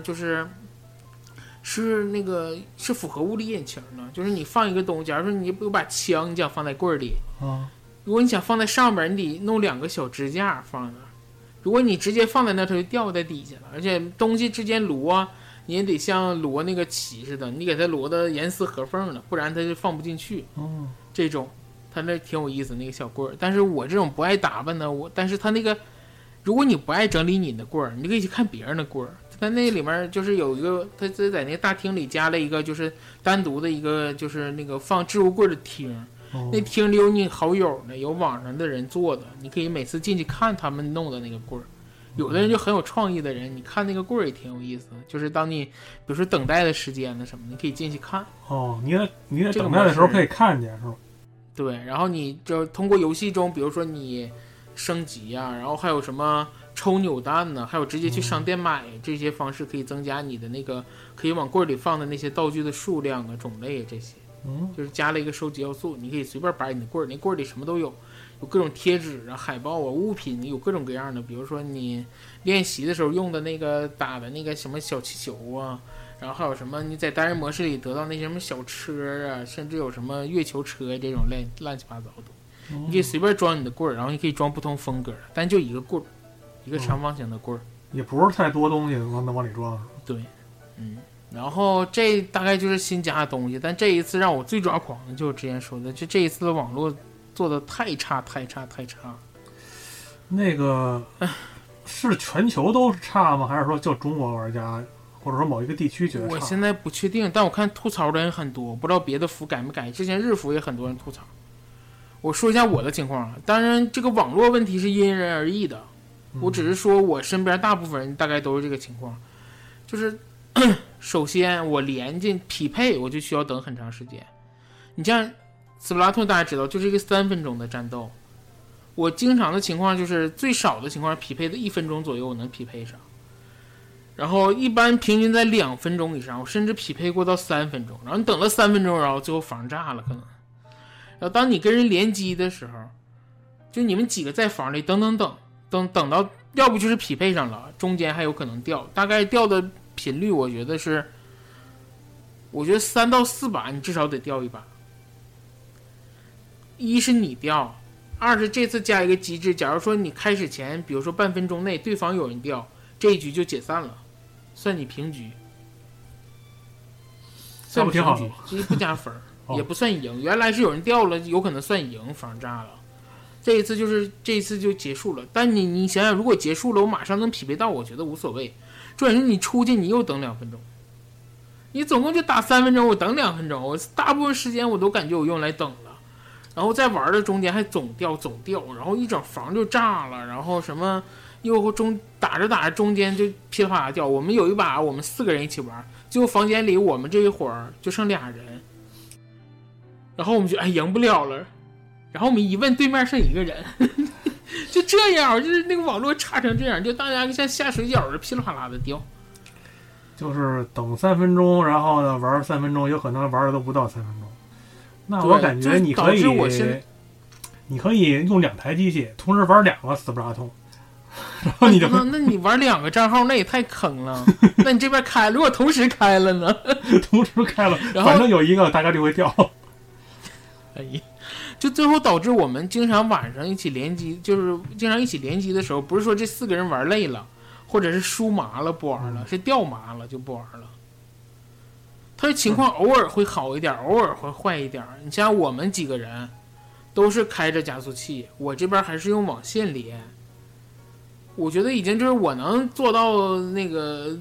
S3: 是符合物理引擎的，就是你放一个东西，假如说你有把枪你想放在柜儿里，如果你想放在上边，你得弄2个小支架放那儿。如果你直接放在那，它就掉在底下了。而且东西之间摞，你也得像摞那个旗似的，你给它摞的严丝合缝的，不然它就放不进去。这种它那挺有意思那个小棍儿。但是我这种不爱打扮的，但是它那个，如果你不爱整理你的棍儿，你可以去看别人的棍儿。它那里面就是有一个，它在那个大厅里加了一个，就是单独的一个，就是那个放置物柜的厅。那厅里有你好友的，有网上的人做的，你可以每次进去看他们弄的那个棍儿。有的人就很有创意的人，你看那个棍儿也挺有意思的，就是当你比如说等待的时间呢什么，你可以进去看。
S2: 你在等待的时候可以看见是吧？
S3: 对，然后你就通过游戏中，比如说你升级啊，然后还有什么抽扭蛋呢，还有直接去商店买，这些方式可以增加你的那个可以往柜里放的那些道具的数量啊、种类啊这些。就是加了一个收集要素，你可以随便摆你的柜儿，那柜儿里什么都有，有各种贴纸啊、海报啊、物品，有各种各样的。比如说你练习的时候用的那个打的那个什么小气球啊，然后还有什么你在单人模式里得到那些什么小车啊，甚至有什么月球车这种乱七八糟的，你可以随便装你的柜儿，然后你可以装不同风格，但就一个柜儿，一个长方形的柜儿，
S2: 也不是太多东西能往里装。
S3: 对，然后这大概就是新加的东西，但这一次让我最抓狂的就是之前说的，就这一次的网络做的太差。
S2: 那个是全球都差吗？还是说就中国玩家，或者说某一个地区觉得差？
S3: 我现在不确定，但我看吐槽的人很多，不知道别的服改没改。之前日服也很多人吐槽。我说一下我的情况啊，当然这个网络问题是因人而异的，我只是说我身边大部分人大概都是这个情况，就是首先我连进匹配我就需要等很长时间。你像斯普拉通大家知道就是一个3分钟的战斗，我经常的情况就是最少的情况匹配的1分钟左右我能匹配上，然后一般平均在2分钟以上，我甚至匹配过到3分钟，然后你等了3分钟，然后最后房炸了可能。然后当你跟人联机的时候，就你们几个在房里等到要不就是匹配上了，中间还有可能掉，大概掉的频率我觉得3到4把你至少得掉1把。一是你掉， 二是这次加一个机制，假如说你开始前，比如说半分钟内对方有人掉，这一局就解散了，算你平局。算平局，其实不加分也不算赢。原来是有人掉了，有可能算赢，房炸了。这一次就结束了。但你想想，如果结束了，我马上能匹配到，我觉得无所谓。重点是你出去，你又等2分钟，你总共就打3分钟，我等2分钟，我大部分时间我都感觉我用来等了。然后在玩的中间还总掉，然后一整房就炸了，然后什么又打着中间就噼里啪啦掉。我们有一把我们4个人一起玩，最后房间里我们这一会儿就剩2人，然后我们就赢不了了，然后我们一问对面剩1个人就这样，就是那个网络差成这样，就大家像下水饺的噼里啪啦的掉。
S2: 就是等3分钟，然后呢玩3分钟，有可能玩的都不到3分钟。那我感觉你可以用2台机器同时玩2个斯普拉通，然后你就
S3: 那你玩2个账号那也太坑了。那你这边开，如果同时开了呢？
S2: 同时开了，反正有一个大概率会掉。
S3: 就最后导致我们经常晚上一起联机，就是经常一起联机的时候，不是说这4个人玩累了，或者是输麻了不玩了，是掉麻了就不玩了。他的情况偶尔会好一点，偶尔会坏一点。你像我们几个人都是开着加速器，我这边还是用网线连。我觉得已经就是我能做到那个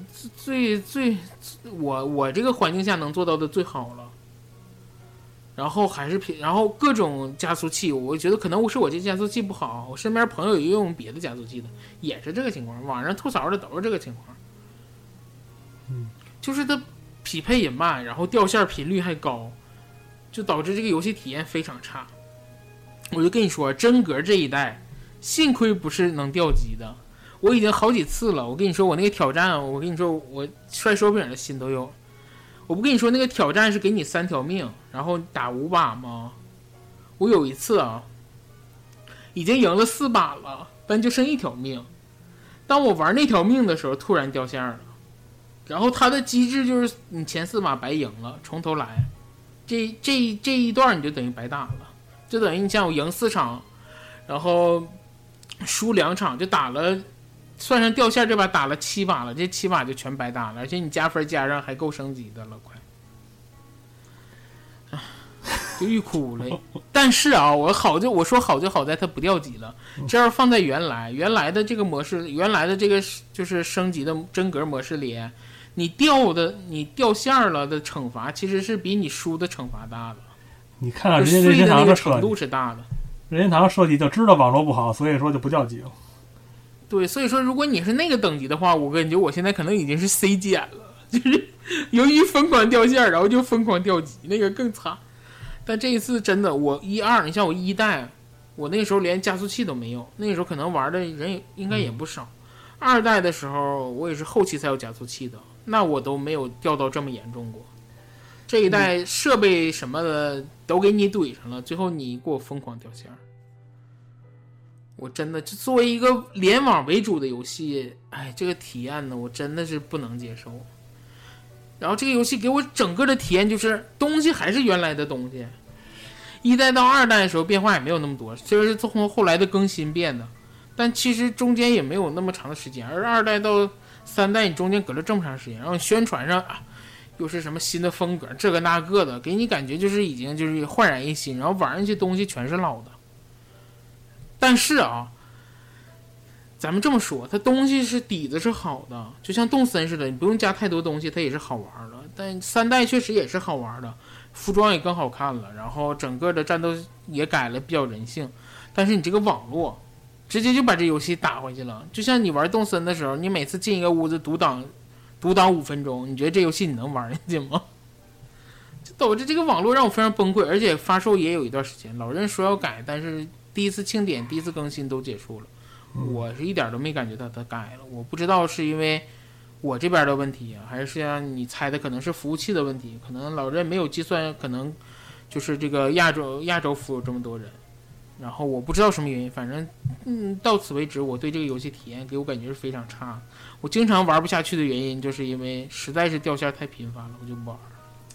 S3: 我这个环境下能做到的最好了。然后然后各种加速器，我觉得可能是我这加速器不好，我身边朋友也用别的加速器的，也是这个情况。网上吐槽的都是这个情况。就是它匹配也慢，然后掉线频率还高，就导致这个游戏体验非常差。我就跟你说，真格这一代幸亏不是能掉机的，我已经好几次了。我跟你说，我那个挑战，我跟你说我摔手柄的心都有。我不跟你说那个挑战是给你3条命，然后打5把吗？我有一次已经赢了4把了，但就剩1条命。当我玩那条命的时候，突然掉线了。然后它的机制就是你前4把白赢了，从头来，这一段你就等于白打了，就等于你像我赢4场，然后输2场，就打了，算上掉线这把打了7把了，这7把就全白打了，而且你加分加上还够升级的了，快，就欲哭了。但是我说好就好在它不掉级了，这要放在原来的这个模式，原来的这个就是升级的真格模式里。你掉线了的惩罚其实是比你输的惩罚大的。
S2: 你看看人家任天堂的
S3: 程度是大的，
S2: 任天堂设计就知道网络不好，所以说就不掉级了。
S3: 对，所以说如果你是那个等级的话，我感觉我现在可能已经是 C 减了，就是由于疯狂掉线，然后就疯狂掉级，那个更惨。但这一次真的，我1、2，你像我1代，我那个时候连加速器都没有，那个时候可能玩的人应该也不少。2代的时候，我也是后期才有加速器的，那我都没有掉到这么严重过。这一代设备什么的都给你怼上了，最后你给我疯狂掉线。我真的作为一个联网为主的游戏，这个体验呢，我真的是不能接受。然后这个游戏给我整个的体验就是东西还是原来的东西，1代到2代的时候变化也没有那么多，其实是从后来的更新变的，但其实中间也没有那么长的时间。而2代到3代你中间隔了这么长时间，然后宣传上又是什么新的风格，这个那个的，给你感觉就是已经就是焕然一新，然后玩上去东西全是老的。但是咱们这么说，它东西是底子是好的，就像动森似的，你不用加太多东西，它也是好玩的。但3代确实也是好玩的，服装也更好看了，然后整个的战斗也改了，比较人性。但是你这个网络直接就把这游戏打回去了，就像你玩动森的时候，你每次进一个屋子独挡5分钟，你觉得这游戏你能玩进去吗？就导致这个网络让我非常崩溃，而且发售也有一段时间，老人说要改，但是第一次庆典、第一次更新都结束了，我是一点都没感觉到它改了。我不知道是因为我这边的问题还是像你猜的可能是服务器的问题，可能老人没有计算，可能就是这个亚洲服有这么多人，然后我不知道什么原因，反正到此为止，我对这个游戏体验给我感觉是非常差。我经常玩不下去的原因就是因为实在是掉线太频繁了，我就不玩了。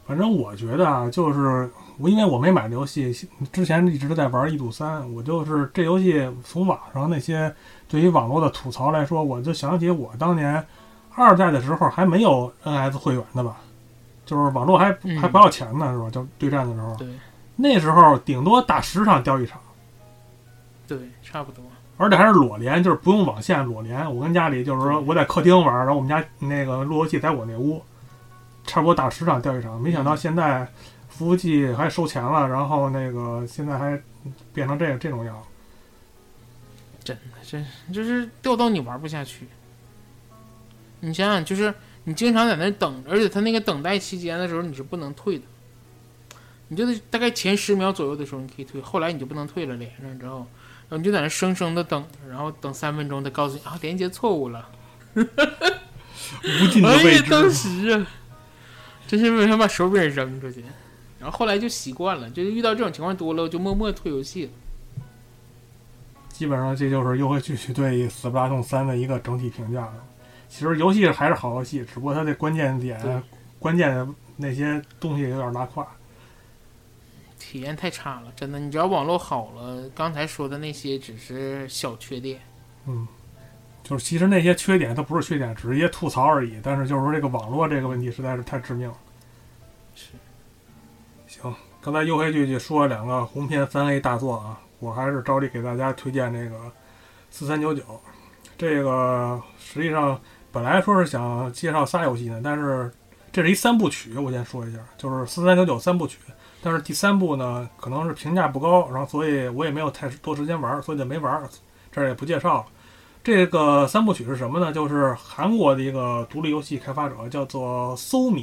S2: 反正我觉得啊，就是因为我没买这游戏，之前一直在玩《异度3》，我就是这游戏从网上那些对于网络的吐槽来说，我就想起我当年2代的时候还没有 NS 会员的吧，就是网络还不要钱呢，是吧？就对战的时候，
S3: 对，
S2: 那时候顶多打10场掉1场，
S3: 对，差不多。
S2: 而且还是裸连，就是不用网线裸连。我跟家里就是说我在客厅玩，然后我们家那个路由器在我那屋，差不多打10场掉1场。没想到现在服务器还收钱了，然后那个现在还变成这种样。
S3: 真的，就是掉到你玩不下去。你想想，就是你经常在那等，而且他那个等待期间的时候你是不能退的，你就得大概前10秒左右的时候你可以退，后来你就不能退了，连上之后。然后你就在那生生的等，然后等3分钟，他告诉你啊，连接错误了，
S2: 无尽的未知。
S3: 当时啊，真是想把手柄扔出去。然后后来就习惯了，就是遇到这种情况多了，我就默默退游戏了。
S2: 基本上这就是又会继续对《斯普拉通3》的一个整体评价了。其实游戏还是好游戏，只不过它的关键点、关键的那些东西有点拉胯。
S3: 体验太差了，真的。你只要网络好了，刚才说的那些只是小缺点。
S2: 就是其实那些缺点它不是缺点，只是一些吐槽而已。但是就是说这个网络这个问题实在是太致命了。
S3: 是。
S2: 行，刚才黝黑剧说了2个红片3A 大作啊，我还是照例给大家推荐这个4399。这个实际上本来说是想介绍仨游戏呢，但是这是一3部曲，我先说一下，就是4399 3部曲。但是第3部呢，可能是评价不高，然后所以我也没有太多时间玩，所以就没玩，这儿也不介绍了。这个3部曲是什么呢？就是韩国的一个独立游戏开发者，叫做 Somi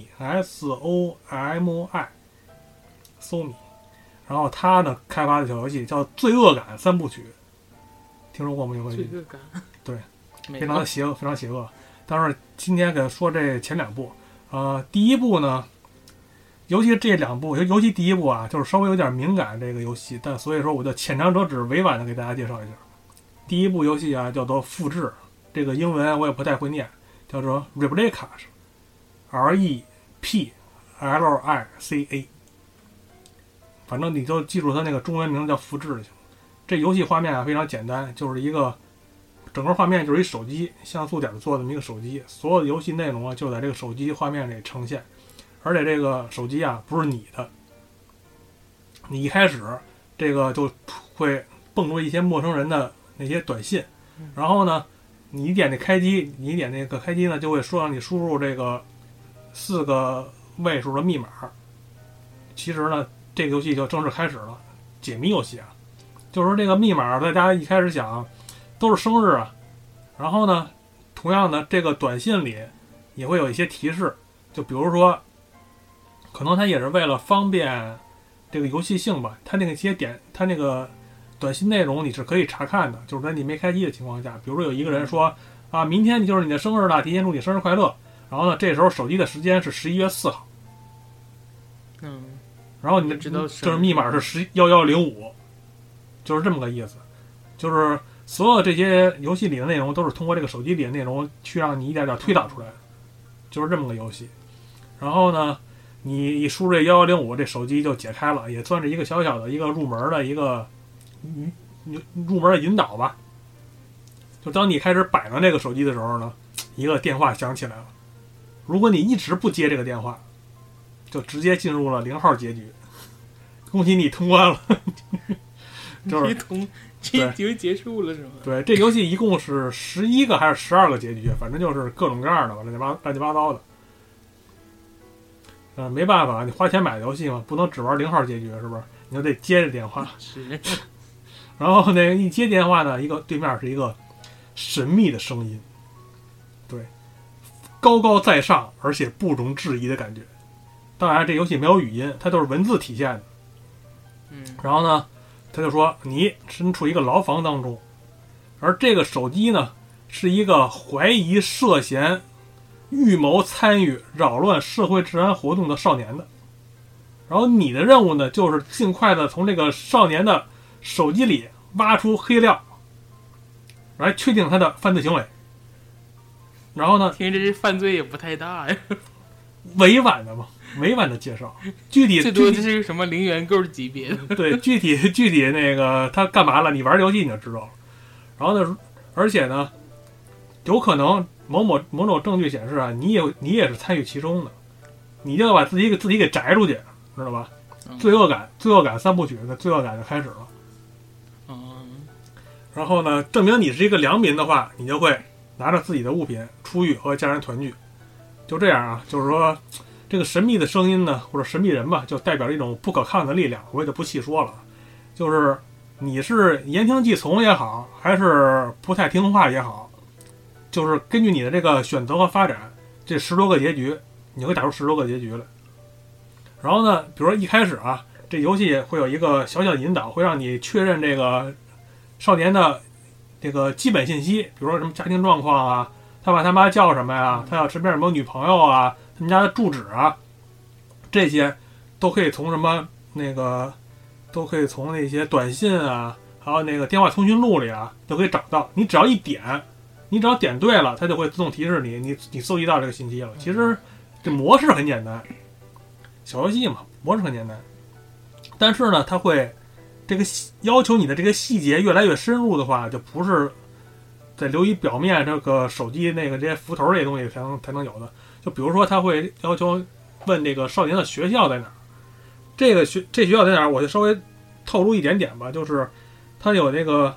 S2: SOMI Somi， 然后他呢开发的小游戏叫《罪恶感3部曲》，听说过吗？
S3: 罪恶感，
S2: 对，非常的邪恶，非常邪恶。但是今天给他说这前2部，第1部呢。尤其这2部，尤其第1部啊，就是稍微有点敏感这个游戏，但所以说我就浅尝辄止，委婉的给大家介绍一下。第1部游戏啊，叫做复制，这个英文我也不太会念，叫做 Replica，REPLICA，反正你就记住它那个中文名叫复制就行。这游戏画面啊非常简单，就是一个整个画面就是一手机像素点做的这么一个手机，所有的游戏内容啊就在这个手机画面里呈现。而且这个手机啊不是你的，你一开始这个就会蹦出一些陌生人的那些短信，然后呢，你一点那开机，你一点那个开机呢，就会说让你输入这个4个位数的密码。其实呢，这个游戏就正式开始了，解谜游戏啊，就是说这个密码大家一开始想都是生日啊，然后呢，同样的这个短信里也会有一些提示，就比如说。可能它也是为了方便这个游戏性吧，它那个些点，它那个短信内容你是可以查看的，就是在你没开机的情况下，比如说有一个人说啊，明天就是你的生日了，提前祝你生日快乐，然后呢，这时候手机的时间是11月4号，然后你的就是密码是1105，就是这么个意思，就是所有这些游戏里的内容都是通过这个手机里的内容去让你一点点推导出来的，就是这么个游戏，然后呢。你一输入这1105，这手机就解开了，也算是一个小小的一个入门的一个入门的引导吧。就当你开始摆弄这个手机的时候呢，一个电话响起来了。如果你一直不接这个电话，就直接进入了0号结局。恭喜你通关了，就是
S3: 这局结束了是吗？
S2: 对，这游戏一共是11个还是12个结局，反正就是各种各样的吧，乱七八糟的。没办法，你花钱买的游戏嘛，不能只玩0号结局，是不是？你就得接着电话。
S3: 是。
S2: 然后那个一接电话呢，对面是一个神秘的声音，对，高高在上，而且不容置疑的感觉。当然，这游戏没有语音，它都是文字体现的。然后呢，他就说你身处一个牢房当中，而这个手机呢，是一个怀疑涉嫌。预谋参与扰乱社会治安活动的少年的，然后你的任务呢，就是尽快的从这个少年的手机里挖出黑料，来确定他的犯罪行为。然后呢，
S3: 听着这犯罪也不太大呀，
S2: 委婉的嘛， 委婉的介绍，具体
S3: 最多就是什么零元购级别的。
S2: 对，具体那个他干嘛了，你玩游戏你就知道了。然后呢，而且呢，有可能某种证据显示啊，你也是参与其中的，你就要把自己给摘出去，知道吧？罪恶感三部曲的罪恶感就开始了。然后呢，证明你是一个良民的话，你就会拿着自己的物品出狱和家人团聚。就这样啊，就是说，这个神秘的声音呢，或者神秘人吧，就代表着一种不可抗的力量，我也就不细说了。就是你是言听计从也好，还是不太听话也好，就是根据你的这个选择和发展，这10多个结局，你会打出10多个结局来。然后呢，比如说一开始啊，这游戏会有一个小小的引导，会让你确认这个少年的这个基本信息，比如说什么家庭状况啊，他爸他妈叫什么呀，他要身边有没有女朋友啊，他们家的住址啊，这些都可以从那些短信啊，还有那个电话通讯录里啊，都可以找到。你只要点对了，它就会自动提示你搜集到这个信息了。其实这模式很简单，小游戏嘛，模式很简单，但是呢，它会这个要求你的这个细节越来越深入的话，就不是在流于表面这个手机那个这些浮头这些东西才能有的。就比如说，他会要求问这个少年的学校在哪儿，这学校在哪儿，我就稍微透露一点点吧，就是他有那个，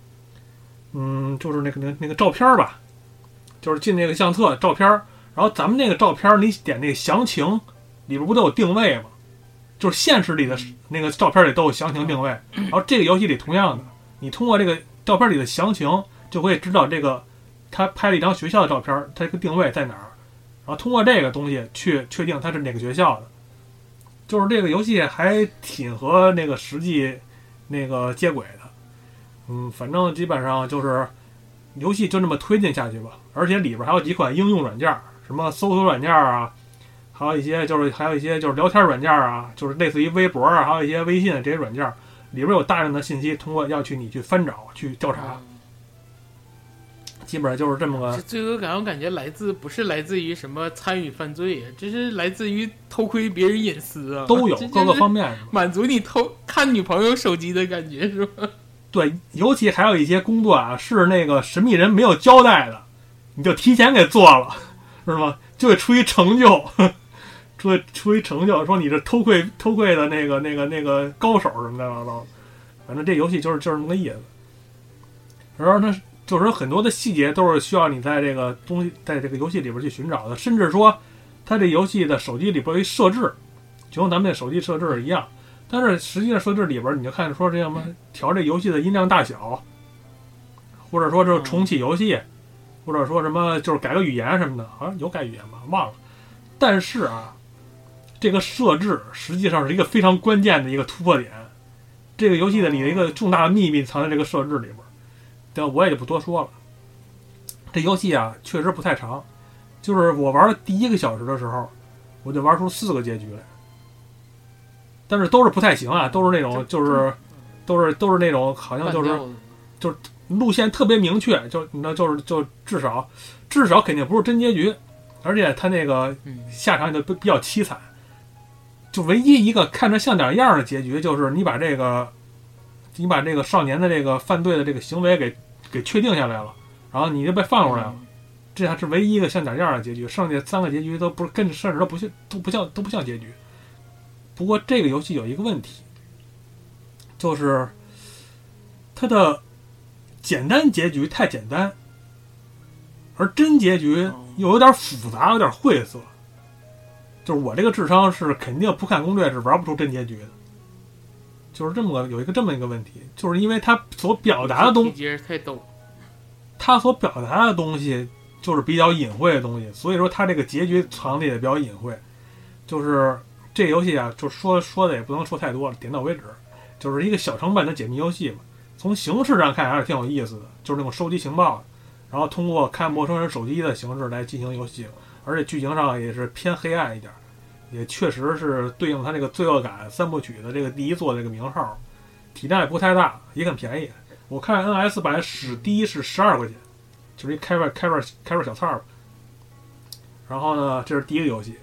S2: 就是那个照片吧，就是进那个相册照片，然后咱们那个照片你点那个详情里边不都有定位吗？就是现实里的那个照片里都有详情定位，然后这个游戏里同样的，你通过这个照片里的详情就可以知道这个他拍了一张学校的照片，他这个定位在哪儿，然后通过这个东西去确定他是哪个学校的。就是这个游戏还挺和那个实际那个接轨的，反正基本上就是游戏就这么推进下去吧。而且里边还有几款应用软件，什么搜索软件啊，还有一些就是聊天软件啊，就是类似于微博啊，还有一些微信这些软件，里边有大量的信息，通过你去翻找去调查。基本上就是这么个。
S3: 这罪恶感我感觉不是来自于什么参与犯罪，这是来自于偷窥别人隐私啊，
S2: 都有各个方面
S3: 满足你看女朋友手机的感觉是吧？
S2: 对，尤其还有一些工作啊，是那个神秘人没有交代的，你就提前给做了，是吗？就会出于成就，出于成就，说你是偷窥的那个高手什么的，反正这游戏就是那么个意思。然后呢，就是说很多的细节都是需要你在这个游戏里边去寻找的，甚至说它这游戏的手机里边有一设置，就跟咱们这手机设置一样，但是实际上设置里边你就看说这什么调这游戏的音量大小，或者说是重启游戏，或者说什么就是改个语言什么的，好像有改语言吧，忘了。但是啊，这个设置实际上是一个非常关键的一个突破点，这个游戏的里的一个重大的秘密藏在这个设置里边。但我也就不多说了。这游戏啊，确实不太长，就是我玩了第1个小时的时候，我就玩出4个结局来，但是都是不太行啊，都是那种都是那种好像就是路线特别明确，就至少肯定不是真结局，而且他那个下场就比较凄惨。就唯一一个看着像点样的结局，就是你把这个少年的这个犯罪的这个行为给确定下来了，然后你就被放出来了，这还是唯一一个像点样的结局，剩下3个结局都不是甚至都不像结局。不过这个游戏有一个问题，就是它的简单结局太简单，而真结局又有点复杂，有点晦涩。就是我这个智商是肯定不看攻略是玩不出真结局的。就是有这么一个问题，就是因为他所表达的东西
S3: 太陡，
S2: 他所表达的东西就是比较隐晦的东西，所以说他这个结局藏的也比较隐晦。就是这游戏啊，就说的也不能说太多了，点到为止，就是一个小成本的解密游戏嘛。从形式上看还是挺有意思的，就是那种收集情报，然后通过看陌生人手机的形式来进行游戏，而且剧情上也是偏黑暗一点。也确实是对应他这个罪恶感3部曲的这个第1作的这个名号，体量也不太大，也很便宜。我看 NS 版史低是12块钱，就是一开罐小菜儿。然后呢，这是第1个游戏。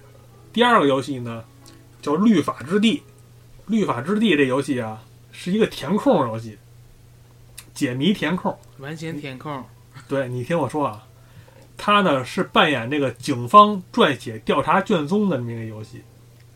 S2: 第二个游戏呢叫《律法之地》。律法之地这游戏啊是一个填空游戏，解谜填空，
S3: 完全填空。
S2: 对，你听我说啊，他呢是扮演这个警方撰写调查卷宗的这么一个游戏，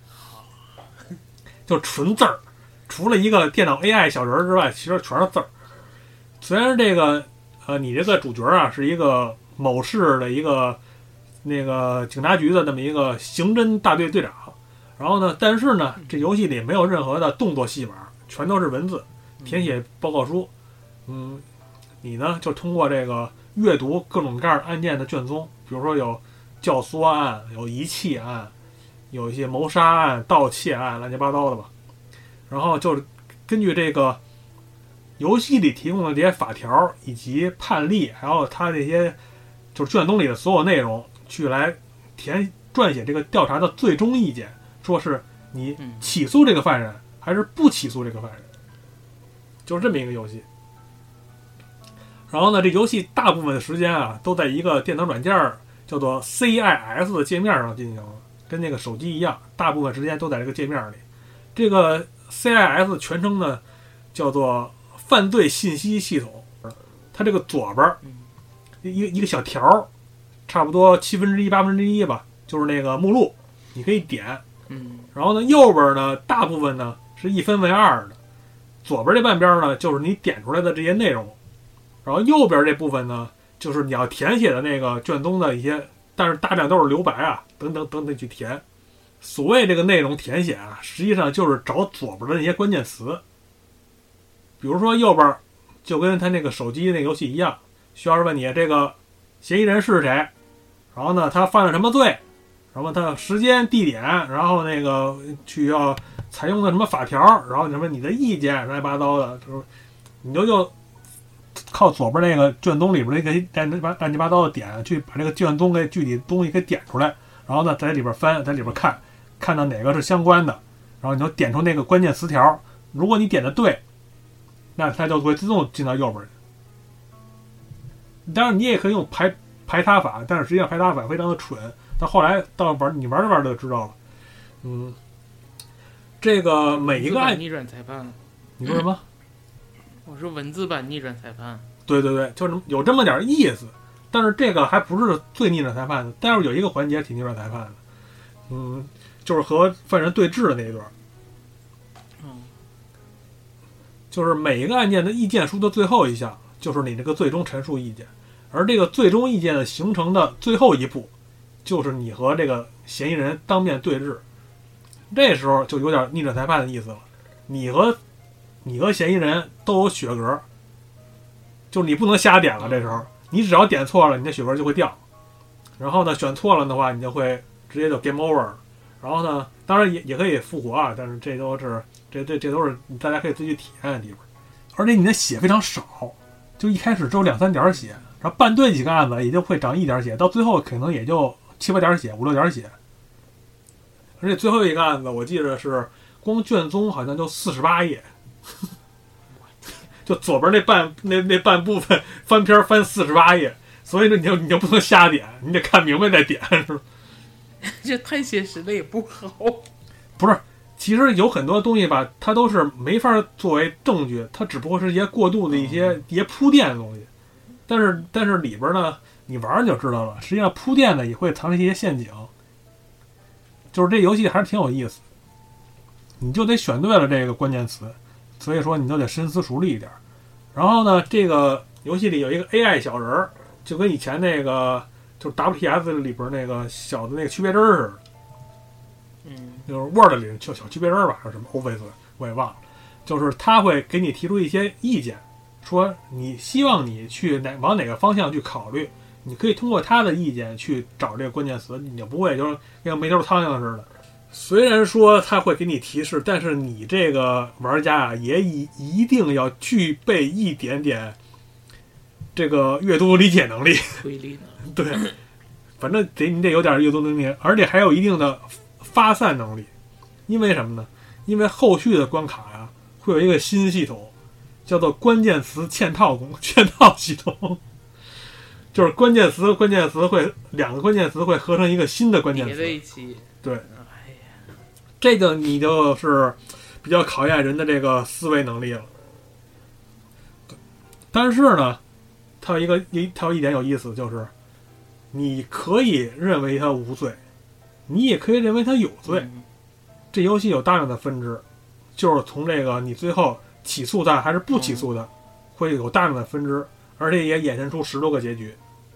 S2: 就纯字儿，除了一个电脑 AI 小人之外，其实全是字儿。虽然这个你这个主角啊是一个某市的一个那个警察局的那么一个刑侦大队队长，然后呢，但是呢，这游戏里没有任何的动作戏码，全都是文字填写报告书。你呢就通过这个阅读各种各样案件的卷宗，比如说有教唆案、有遗弃案、有一些谋杀案、盗窃案，乱七八糟的吧。然后就是根据这个游戏里提供的这些法条以及判例，还有它这些就是卷宗里的所有内容，去来撰写这个调查的最终意见，说是你起诉这个犯人还是不起诉这个犯人，就是这么一个游戏。然后呢，这游戏大部分的时间啊都在一个电脑软件叫做 CIS 的界面上进行，跟那个手机一样，大部分时间都在这个界面里。这个 CIS 全称呢叫做犯罪信息系统，它这个左边一个小条，差不多1/7、1/8吧，就是那个目录，你可以点。然后呢，右边呢大部分呢是1分为2的，左边这半边呢就是你点出来的这些内容。然后右边这部分呢，就是你要填写的那个卷宗的一些，但是大量都是留白啊，等等等等去填。所谓这个内容填写啊，实际上就是找左边的那些关键词。比如说右边就跟他那个手机那个游戏一样，需要是问你这个嫌疑人是谁，然后呢他犯了什么罪，然后他的时间地点，然后那个去要采用的什么法条，然后什么你的意见，乱七八糟的，就是你就靠左边那个卷宗里边那个乱七八糟的点去把这个卷宗给具体东西给点出来，然后呢在里边翻，在里边看到哪个是相关的，然后你就点出那个关键词条。如果你点的对，那它就会自动进到右边。当然你也可以用排他法，但是实际上排他法非常的蠢，到后来到你玩着玩着就知道了。这个每一个
S3: 逆转裁判，
S2: 你说什么？
S3: 我说文字版逆转裁判。
S2: 对对对，就是有这么点意思，但是这个还不是最逆转裁判的，待会儿有一个环节挺逆转裁判的，就是和犯人对峙的那一段。就是每一个案件的意见书的最后一项，就是你这个最终陈述意见，而这个最终意见的形成的最后一步，就是你和这个嫌疑人当面对质。这时候就有点逆转裁判的意思了，你和嫌疑人都有血格，就是你不能瞎点了。这时候你只要点错了，你的血格就会掉，然后呢选错了的话，你就会直接就 game over 了。然后呢，当然也可以复活啊，但是这都是大家可以自己体验的地方。而且你的血非常少，就一开始只有2-3点血，然后办对几个案子也就会长1点血，到最后可能也就7-8点血、5-6点血。而且最后一个案子我记得是光卷宗好像就48页，就左边那半部分翻篇翻48页，所以呢你就不能瞎点，你得看明白再点，是吧？
S3: 这太写实了也不好。
S2: 不是，其实有很多东西吧，它都是没法作为证据，它只不过是一些过度的一些铺垫的东西。但是里边呢，你玩就知道了，实际上铺垫呢也会藏着一些陷阱。就是这游戏还是挺有意思，你就得选对了这个关键词，所以说你就得深思熟虑一点。然后呢，这个游戏里有一个 AI 小人，就跟以前那个就是 WTS 里边那个小的那个区别针似的。就是 Word 里小区别针吧，还是什么 Office 我也忘了。就是他会给你提出一些意见，说你希望你去往哪个方向去考虑，你可以通过他的意见去找这个关键词，你就不会就是像没头苍蝇似的。虽然说他会给你提示，但是你这个玩家啊，也一定要具备一点点这个阅读理解能力、
S3: 推理能力。
S2: 对，反正你得有点阅读能力，而且还有一定的发散能力。因为什么呢？因为后续的关卡呀，会有一个新系统，叫做关键词嵌套系统。就是关键词会2个关键词会合成一个新的关键词，
S3: 叠在一起。
S2: 对， 这个你就是比较考验人的这个思维能力了。但是呢，它有一点有意思，就是你可以认为他无罪，你也可以认为他有罪。这游戏有大量的分支，就是从这个你最后起诉他还是不起诉他，会有大量的分支，而且也衍生出10多个结局。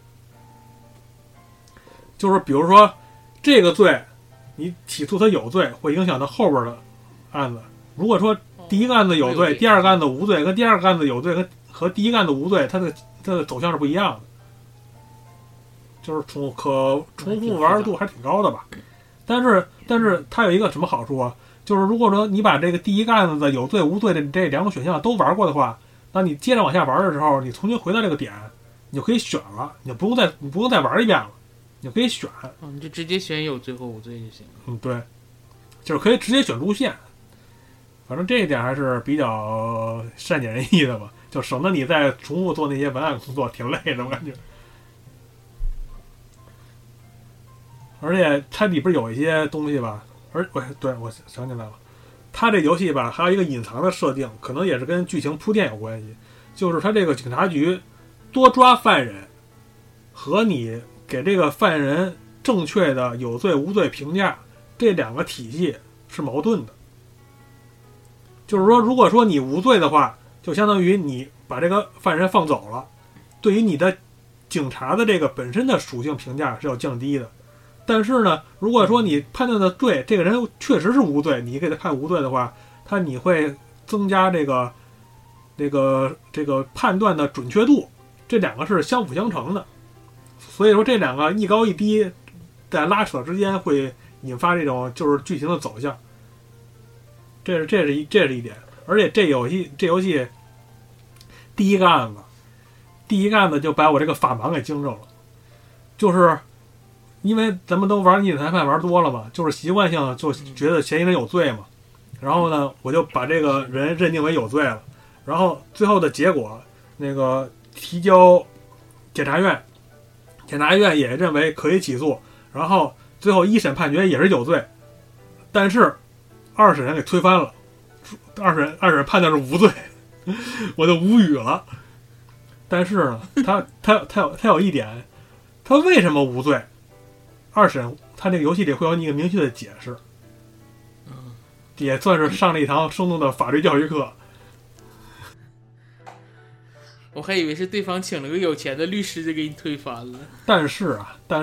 S2: 就是比如说这个罪，你起诉他有罪，会影响到后边的案子。如果说第一个案子有罪，第二个案子无罪，跟第二个案子有罪和第一个案子无罪，它的走向是不一样的。就是重复玩度还挺高的吧。但是它有一个什么好处啊？就是如果说你把这个第一个案子的有罪无罪的这2种选项都玩过的话，那你接着往下玩的时候，你重新回到这个点，你就可以选了，你不用再玩一遍了，你就可以选。
S3: 你就直接选有罪或无罪就行了。
S2: 对，就是可以直接选路线。反正这一点还是比较善解人意的吧，就省得你再重复做那些文案工作，挺累的我感觉。而且它里边有一些东西吧，对，我想起来了，它这游戏吧还有一个隐藏的设定，可能也是跟剧情铺垫有关系，就是它这个警察局多抓犯人和你给这个犯人正确的有罪无罪评价，这2个体系是矛盾的。就是说，如果说你无罪的话，就相当于你把这个犯人放走了，对于你的警察的这个本身的属性评价是要降低的。但是呢，如果说你判断的对，这个人确实是无罪，你给他判无罪的话，你会增加这个判断的准确度，这2个是相辅相成的。所以说这2个一高一低在拉扯之间会引发这种就是剧情的走向。这是一点。而且这游戏第一个案子就把我这个法盲给惊着了，就是因为咱们都玩逆裁判玩多了嘛，就是习惯性就觉得嫌疑人有罪嘛，然后呢我就把这个人认定为有罪了，然后最后的结果那个提交检察院也认为可以起诉，然后最后1审判决也是有罪，但是2审给推翻了，二审判的是无罪，我就无语了。但是呢，他有一点，他为什么无罪？2审他这个游戏里会有一个明确的解释，也算是上了一堂生动的法律教育课。
S3: 我还以为是对方请了个有钱的律师就给你推翻了。
S2: 但是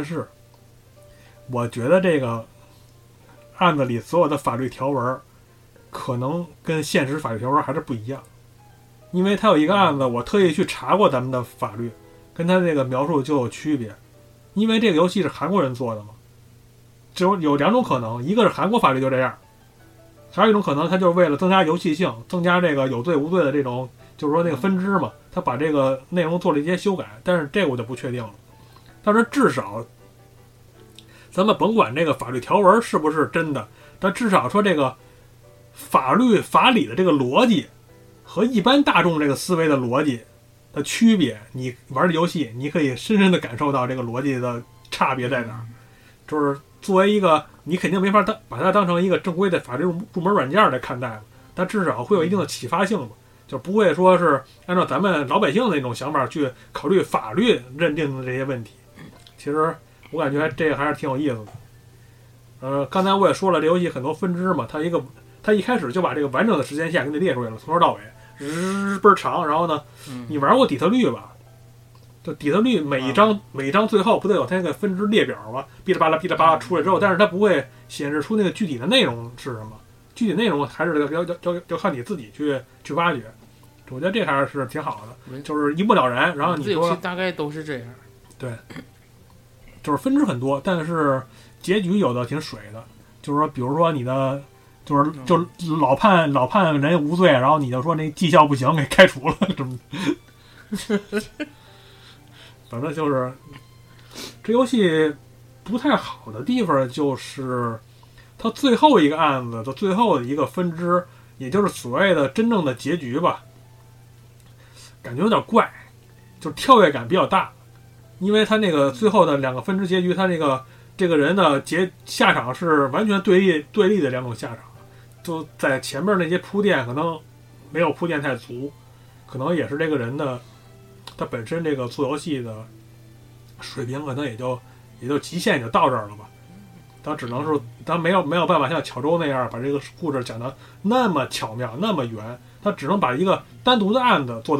S2: 我觉得这个案子里所有的法律条文可能跟现实法律条文还是不一样，因为他有一个案子我特意去查过咱们的法律，跟他这个描述就有区别。因为这个游戏是韩国人做的嘛，只有2种可能，一个是韩国法律就这样，还有一种可能他就是为了增加游戏性，增加这个有罪无罪的这种就是说那个分支嘛，他把这个内容做了一些修改，但是这个我就不确定了。但是至少咱们甭管这个法律条文是不是真的，但至少说这个法理的这个逻辑和一般大众这个思维的逻辑的区别，你玩的游戏你可以深深的感受到这个逻辑的差别在哪儿。就是作为一个你肯定没法把它当成一个正规的法律入门软件来看待，但至少会有一定的启发性嘛，就不会说是按照咱们老百姓的那种想法去考虑法律认定的这些问题。其实我感觉这个还是挺有意思的。刚才我也说了，这游戏很多分支嘛，它一开始就把这个完整的时间线给你列出来了，从头到尾倍儿长。然后呢，你玩过底特律吧？就底特律每一章最后不都有它那个分支列表吗？哔哩吧啦出来之后，但是它不会显示出那个具体的内容是什么，具体内容还是要靠你自己去挖掘。我觉得这还是挺好的，就是一目了然。然后你说
S3: 游戏大概都是这样，
S2: 对，就是分支很多，但是结局有的挺水的。就是说，比如说你的就是老判人无罪，然后你就说那绩效不行，给开除了，这么。反正就是这游戏不太好的地方，就是它最后一个案子的最后的一个分支，也就是所谓的真正的结局吧，感觉有点怪，就是跳跃感比较大。因为它那个最后的2个分支结局，它这这个人的下场是完全对立的两种下场。就在前面那些铺垫可能没有铺垫太足，可能也是这个人的他本身这个做游戏的水平可能也就极限也就到这儿了吧。他只能是他没有办法像巧周那样把这个故事讲得那么巧妙那么圆，他只能把一个单独的案子做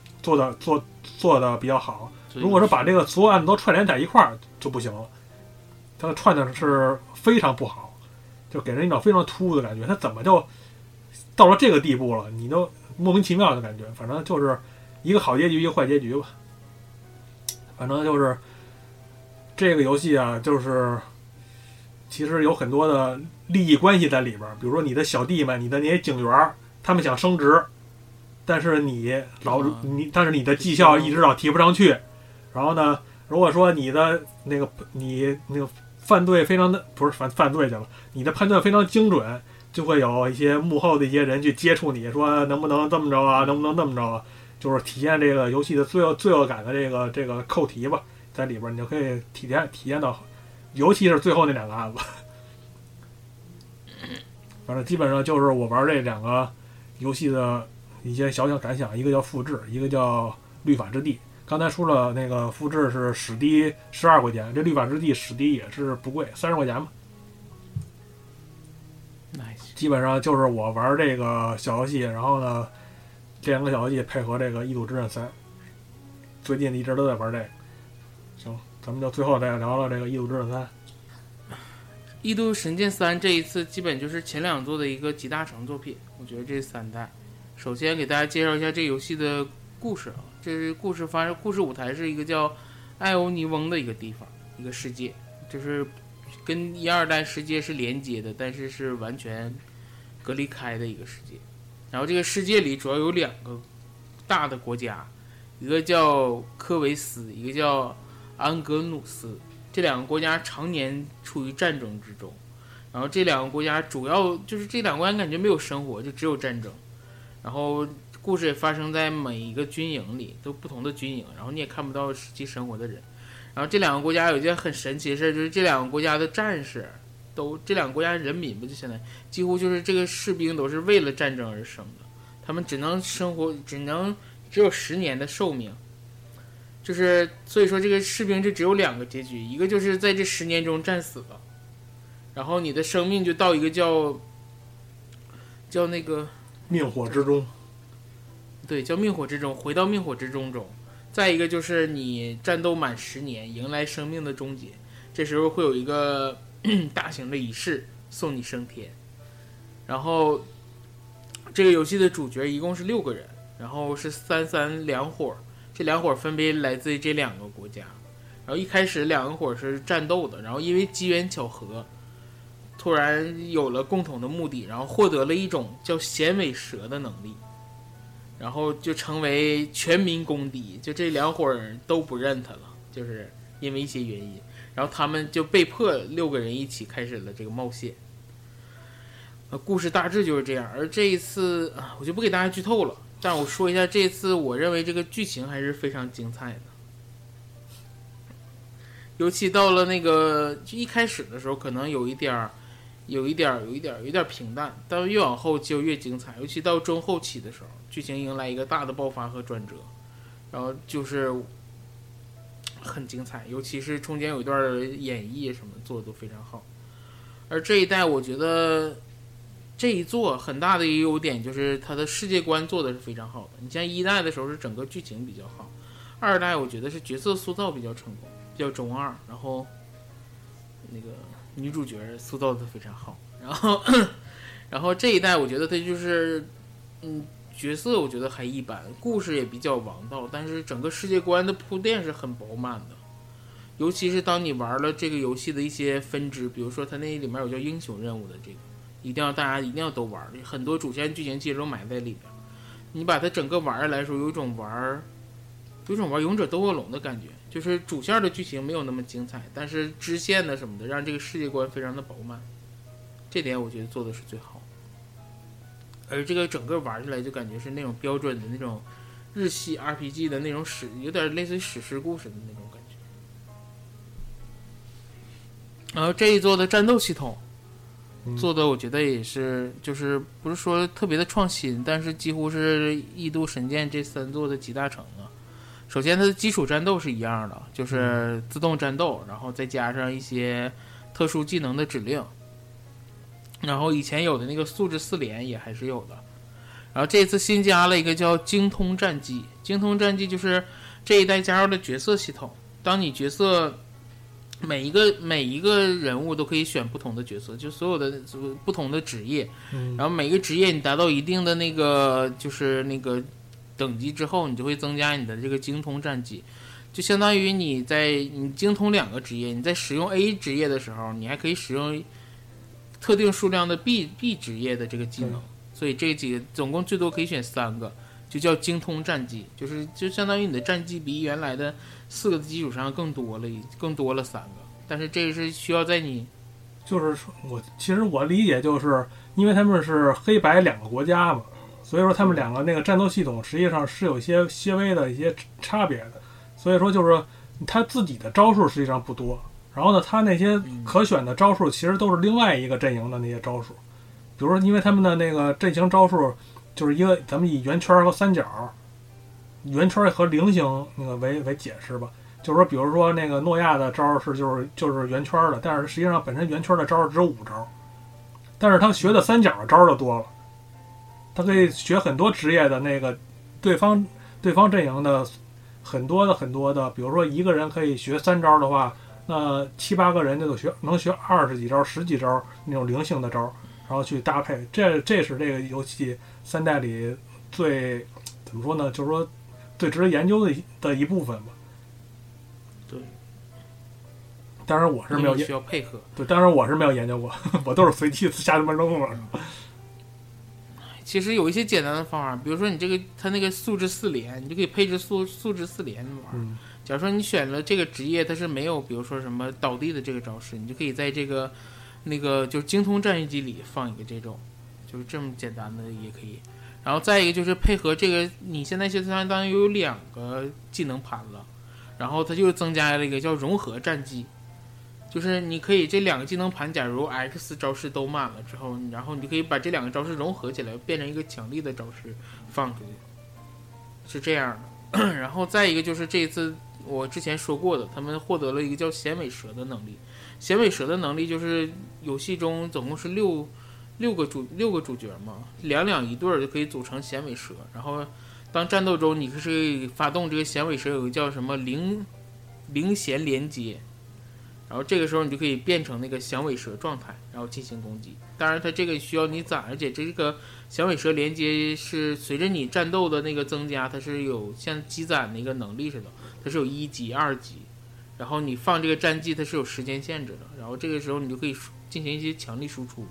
S2: 的比较好。如果说把这个所有案子都串联在一块儿就不行了，他串的是非常不好，就给人一种非常突兀的感觉。他怎么就到了这个地步了？你都莫名其妙的感觉。反正就是一个好结局，一个坏结局吧。反正就是这个游戏啊，就是其实有很多的利益关系在里边。比如说你的小弟们，你的那些警员，他们想升职，但是但是你的绩效一直老提不上去。然后呢，如果说你的那个犯罪非常的不是犯罪去了，你的判断非常精准，就会有一些幕后的一些人去接触你，说能不能这么着啊，能不能那么着啊，就是体验这个游戏的罪恶感的这个扣题吧，在里边你就可以体验到，尤其是最后那两个案子。反正基本上就是我玩这两个游戏的一些小感想，一个叫复制，一个叫律法之地。刚才说了，那个复制是史迪12块钱，这律法之地史迪也是不贵，30块钱吧。
S3: Nice。
S2: 基本上就是我玩这个小游戏，然后呢，这两个小游戏配合这个《异度之刃3》，最近一直都在玩这个。行，咱们就最后再聊聊这个《异度之刃3》。《
S3: 异度神剑3》这一次基本就是前两作的一个集大成作品，我觉得这3代。首先给大家介绍一下这个游戏的故事啊，这是故事舞台是一个叫艾欧尼翁的一个地方，一个世界，就是跟1、2代世界是连接的，但是是完全隔离开的一个世界。然后这个世界里主要有2个大的国家，一个叫科维斯，一个叫安格努斯。这2个国家常年处于战争之中，然后这2个国家主要就是这2个国家感觉没有生活，就只有战争。然后故事也发生在每一个军营里，都不同的军营，然后你也看不到实际生活的人。然后这2个国家有一件很神奇的事，就是这2个国家的战士这2个国家人民吧，就现在几乎就是这个士兵都是为了战争而生的，他们只能生活，只有10年的寿命。就是所以说这个士兵就只有2个结局，一个就是在这10年中战死了，然后你的生命就到一个叫那个
S2: 命火之中，
S3: 对，叫命火之中，回到命火之中中。再一个就是你战斗满10年，迎来生命的终结，这时候会有一个大型的仪式送你升天。然后这个游戏的主角一共是6个人，然后是2伙，这2伙分别来自于这2个国家。然后一开始2个伙是战斗的，然后因为机缘巧合突然有了共同的目的，然后获得了一种叫衔尾蛇的能力，然后就成为全民公敌，就这2伙人都不认他了，就是因为一些原因，然后他们就被迫6个人一起开始了这个冒险。故事大致就是这样。而这一次我就不给大家剧透了，但我说一下这次我认为这个剧情还是非常精彩的。尤其到了那个就一开始的时候可能有一点平淡，但越往后就越精彩。尤其到中后期的时候，剧情迎来一个大的爆发和转折，然后就是很精彩，尤其是中间有一段演绎什么做的都非常好。而这一代我觉得这一作很大的一个优点就是它的世界观做的是非常好的。你像1代的时候是整个剧情比较好，2代我觉得是角色塑造比较成功，比较中二，然后那个女主角塑造的非常好，然后这一代我觉得它就是角色我觉得还一般，故事也比较王道，但是整个世界观的铺垫是很饱满的。尤其是当你玩了这个游戏的一些分支，比如说它那里面有叫英雄任务的这个，大家一定要都玩，很多主线剧情其实都埋在里边。你把它整个玩下来说，有一种玩勇者斗恶龙的感觉，就是主线的剧情没有那么精彩，但是支线的什么的让这个世界观非常的饱满，这点我觉得做的是最好。而这个整个玩下来就感觉是那种标准的那种日系 RPG 的那种有点类似于史诗故事的那种感觉。 然后这一座的战斗系统做的我觉得也是，就是不是说特别的创新，但是几乎是异度神剑这3座的集大成啊。首先它的基础战斗是一样的，就是自动战斗，然后再加上一些特殊技能的指令，然后以前有的那个素质4连也还是有的。然后这次新加了一个叫精通战绩，精通战绩就是这一代加入的角色系统，当你角色每一个人物都可以选不同的角色，就所有的不同的职业，然后每个职业你达到一定的那个就是那个等级之后，你就会增加你的这个精通战绩，就相当于你精通2个职业，你在使用 A 职业的时候，你还可以使用特定数量的 B 职业的这个技能，所以这几个总共最多可以选3个，就叫精通战绩，就相当于你的战绩比原来的4个的基础上更多了3个，但是这个是需要在你
S2: 就是其实我理解就是因为他们是黑白2个国家嘛，所以说他们2个那个战斗系统实际上是有一些些微的一些差别的，所以说就是他自己的招数实际上不多，然后呢他那些可选的招数其实都是另外一个阵营的那些招数，比如说因为他们的那个阵型招数就是一个咱们以圆圈和三角，圆圈和菱形那个为解释吧，就是说比如说那个诺亚的招是就是圆圈的，但是实际上本身圆圈的招只有5招，但是他学的三角的招就多了，他可以学很多职业的那个对方阵营的很多的，比如说一个人可以学3招的话，那7、8个人就能学20几招、10几招那种菱形的招，然后去搭配。这是这个游戏3代里最怎么说呢？就是说最值得研究的一部分吧。
S3: 对。
S2: 当然我是没有
S3: 需要配合。
S2: 对，当然我是没有研究过，我都是随机瞎他妈扔了。
S3: 其实有一些简单的方法，比如说你这个它那个素质4连，你就可以配置素质4连玩。假如说你选了这个职业，它是没有比如说什么倒地的这个招式，你就可以在这个那个就是精通战役机里放一个这种，就是这么简单的也可以。然后再一个就是配合这个，你现在就相当于有2个技能盘了，然后它就增加了一个叫融合战绩。就是你可以这2个技能盘，假如 X 招式都满了之后，然后你就可以把这2个招式融合起来，变成一个强力的招式放出去，是这样的。然后再一个就是这一次我之前说过的，他们获得了一个叫衔尾蛇的能力。衔尾蛇的能力就是游戏中总共是六个主角嘛，2两1对就可以组成衔尾蛇。然后当战斗中你是发动这个衔尾蛇，有个叫什么零弦连接。然后这个时候你就可以变成那个响尾蛇状态，然后进行攻击。当然它这个需要你攒，而且这个响尾蛇连接是随着你战斗的那个增加，它是有像积攒的一个能力似的，它是有1级、2级，然后你放这个战绩它是有时间限制的，然后这个时候你就可以进行一些强力输出。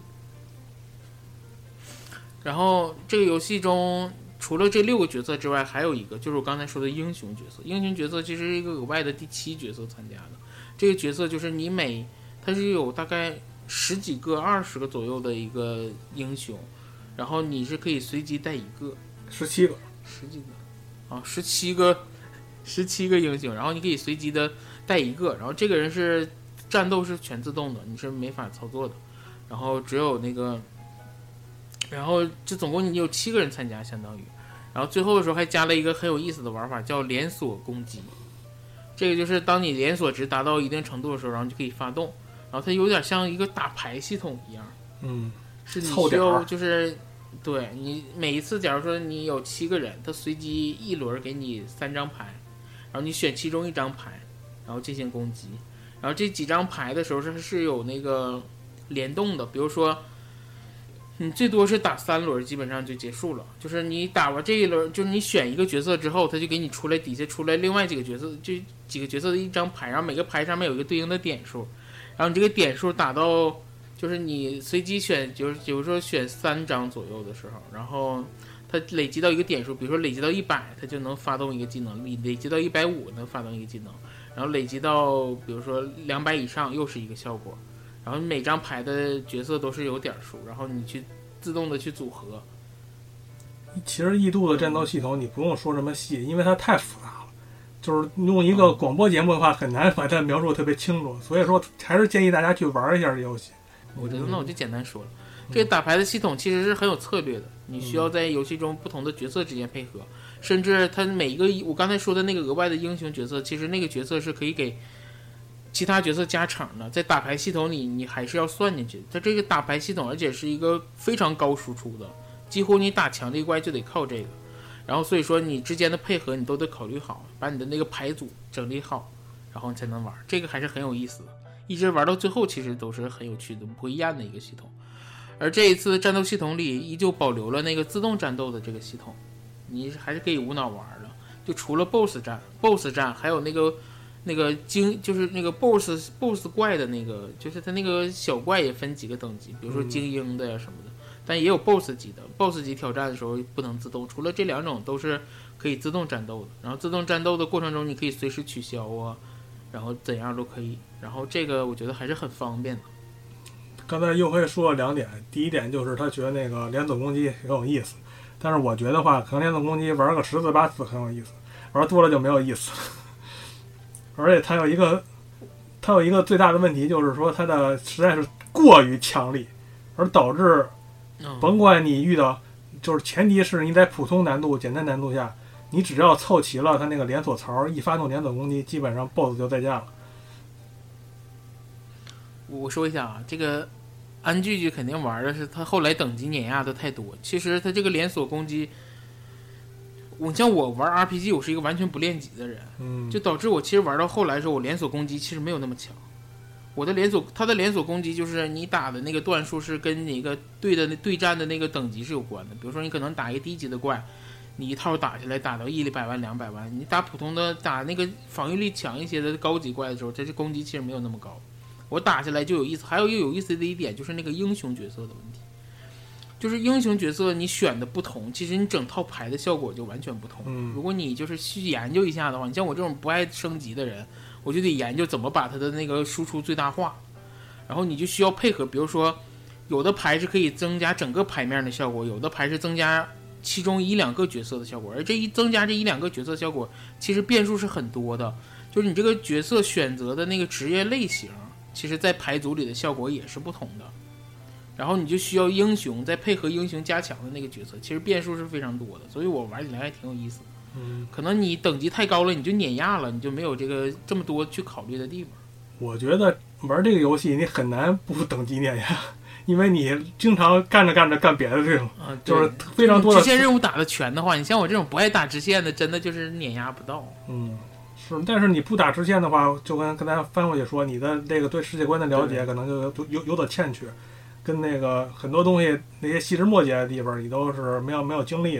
S3: 然后这个游戏中除了这6个角色之外，还有一个就是我刚才说的英雄角色。英雄角色其实是一个额外的第7角色参加的。这个角色就是它是有大概10几个、20个左右的一个英雄，然后你是可以随机带一个
S2: ，17个
S3: ，10几个啊，17个英雄，然后你可以随机的带一个，然后这个人是战斗是全自动的，你是没法操作的，然后只有那个，然后这总共你有7个人参加，相当于，然后最后的时候还加了一个很有意思的玩法，叫连锁攻击。这个就是当你连锁值达到一定程度的时候，然后你就可以发动，然后它有点像一个打牌系统一样，是你需要就是对你每一次，假如说你有7个人，它随机一轮给你3张牌，然后你选其中1张牌，然后进行攻击，然后这几张牌的时候是有那个联动的，比如说你最多是打3轮，基本上就结束了。就是你打完这一轮，就是你选一个角色之后，他就给你出来底下出来另外几个角色，就几个角色的一张牌，然后每个牌上面有一个对应的点数，然后你这个点数打到，就是你随机选，就是比如说选3张左右的时候，然后它累积到一个点数，比如说累积到100，它就能发动一个技能；累积到150能发动一个技能，然后累积到比如说200以上又是一个效果。然后每张牌的角色都是有点数，然后你去自动的去组合。
S2: 其实异度的战斗系统你不用说什么细，因为它太复杂了。 就是用一个广播节目的话，很难把它描述得特别清楚，所以说还是建议大家去玩一下这游戏。
S3: 我觉得那我就简单说了，这个打牌的系统其实是很有策略的，你需要在游戏中不同的角色之间配合，甚至它每一个我刚才说的那个额外的英雄角色，其实那个角色是可以给其他角色加成的，在打牌系统里你还是要算进去。它这个打牌系统，而且是一个非常高输出的，几乎你打强力怪就得靠这个。然后所以说你之间的配合你都得考虑好，把你的那个牌组整理好，然后你才能玩。这个还是很有意思的，一直玩到最后其实都是很有趣的，不会厌的一个系统。而这一次战斗系统里依旧保留了那个自动战斗的这个系统，你还是可以无脑玩的。就除了 BOSS 战，还有那个就是那个 BOSS 怪的那个，就是它那个小怪也分几个等级，比如说精英的呀什么的。但也有 BOSS 级的 ，BOSS 级挑战的时候不能自动，除了这两种都是可以自动战斗的。然后自动战斗的过程中，你可以随时取消啊，然后怎样都可以。然后这个我觉得还是很方便的。
S2: 刚才又会说了2点，第一点就是他觉得那个连锁攻击很有意思，但是我觉得话，可能连锁攻击玩个10次8次很有意思，玩多了就没有意思。而且它有一个最大的问题，就是说它的实在是过于强力，而导致。甭管你遇到，就是前提是你在普通难度、简单难度下，你只要凑齐了它那个连锁槽，一发动连锁攻击，基本上 BOSS 就在家了。我
S3: 说一下啊，这个安巨巨肯定玩的是他后来等级碾压的太多。其实他这个连锁攻击，像我玩 RPG， 我是一个完全不练级的人，就导致我其实玩到后来的时候，我连锁攻击其实没有那么强。它的连锁攻击就是你打的那个段数是跟那个对战的那个等级是有关的。比如说你可能打一个低级的怪，你一套打下来打到100万200万，你打普通的打那个防御力强一些的高级怪的时候，这攻击其实没有那么高。我打下来就有意思。还有有意思的一点就是那个英雄角色的问题，就是英雄角色你选的不同，其实你整套牌的效果就完全不同。如果你就是去研究一下的话，你像我这种不爱升级的人，我就得研究怎么把它的那个输出最大化，然后你就需要配合，比如说有的牌是可以增加整个牌面的效果，有的牌是增加其中1-2个角色的效果，而增加这1-2个角色效果其实变数是很多的，就是你这个角色选择的那个职业类型，其实在牌组里的效果也是不同的，然后你就需要英雄再配合英雄加强的那个角色，其实变数是非常多的，所以我玩起来还挺有意思的。可能你等级太高了，你就碾压了，你就没有这么多去考虑的地方。
S2: 我觉得玩这个游戏你很难不等级碾压，因为你经常干着干别的这种，就是非常多的
S3: 支线任务打的全的话，你像我这种不爱打支线的，真的就是碾压不到。
S2: 是，但是你不打支线的话，就跟刚才翻过去说，你的这个对世界观的了解可能就有所欠缺，跟那个很多东西那些细枝末节的地方，你都是没有经历的。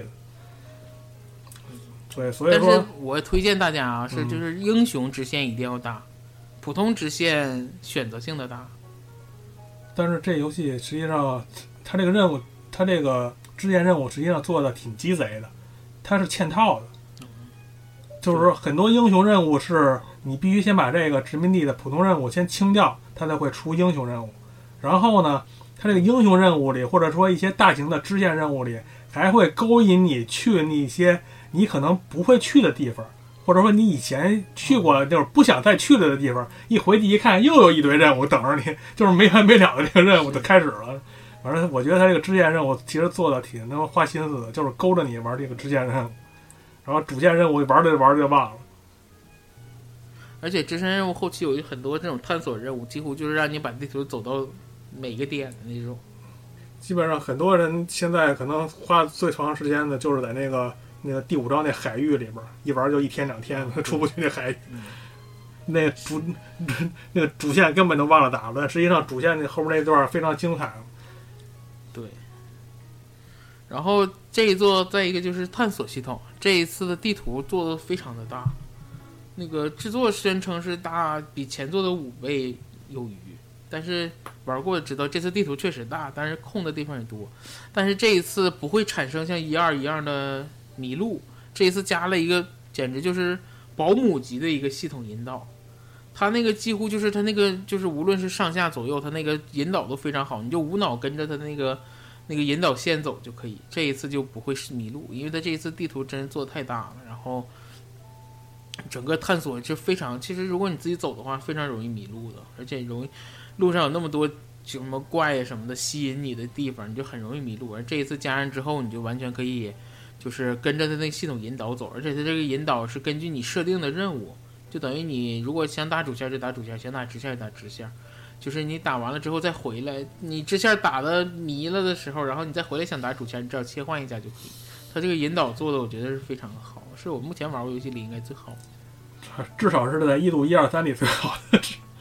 S2: 对，所以说，
S3: 但是我推荐大家啊，就是英雄支线一定要打，普通支线选择性的打。
S2: 但是这游戏实际上，它这个任务，它这个支线任务实际上做的挺鸡贼的，它是嵌套的。就是说，很多英雄任务是你必须先把这个殖民地的普通任务先清掉，它才会出英雄任务。然后呢，它这个英雄任务里，或者说一些大型的支线任务里，还会勾引你去那些你可能不会去的地方，或者说你以前去过就是不想再去了的地方，一回去一看又有一堆任务等着你，就是没完没了的这个任务就开始了。反正我觉得他这个支线任务其实做的挺能花心思的，就是勾着你玩这个支线任务，然后主线任务玩着就忘了。
S3: 而且支线任务后期有很多这种探索任务，几乎就是让你把地图走到每个点的那种。
S2: 基本上很多人现在可能花最长时间的就是在那个第5章那海域里边，一玩就1天2天的，出不去那海域。那个主线根本都忘了打了，实际上主线那后边那段非常精彩。
S3: 对。然后这一座再一个就是探索系统，这一次的地图做的非常的大，那个制作宣称是大比前作的5倍有余，但是玩过知道这次地图确实大，但是空的地方也多。但是这一次不会产生像1、2一样的迷路，这一次加了一个简直就是保姆级的一个系统引导，它那个几乎就是它那个就是无论是上下左右，它那个引导都非常好，你就无脑跟着它那个引导线走就可以。这一次就不会是迷路，因为它这一次地图真是做得太大了，然后整个探索就非常，其实如果你自己走的话，非常容易迷路的，而且容易路上有那么多什么怪呀什么的吸引你的地方，你就很容易迷路。而这一次加上之后，你就完全可以就是跟着它那个系统引导走，而且它这个引导是根据你设定的任务，就等于你如果想打主线就打主线，想打支线就打支线。就是你打完了之后再回来，你支线打的迷了的时候，然后你再回来想打主线，你只要切换一下就可以。它这个引导做的我觉得是非常好，是我目前玩过游戏里应该最好的，
S2: 至少是在1度、1、2、3里最好的。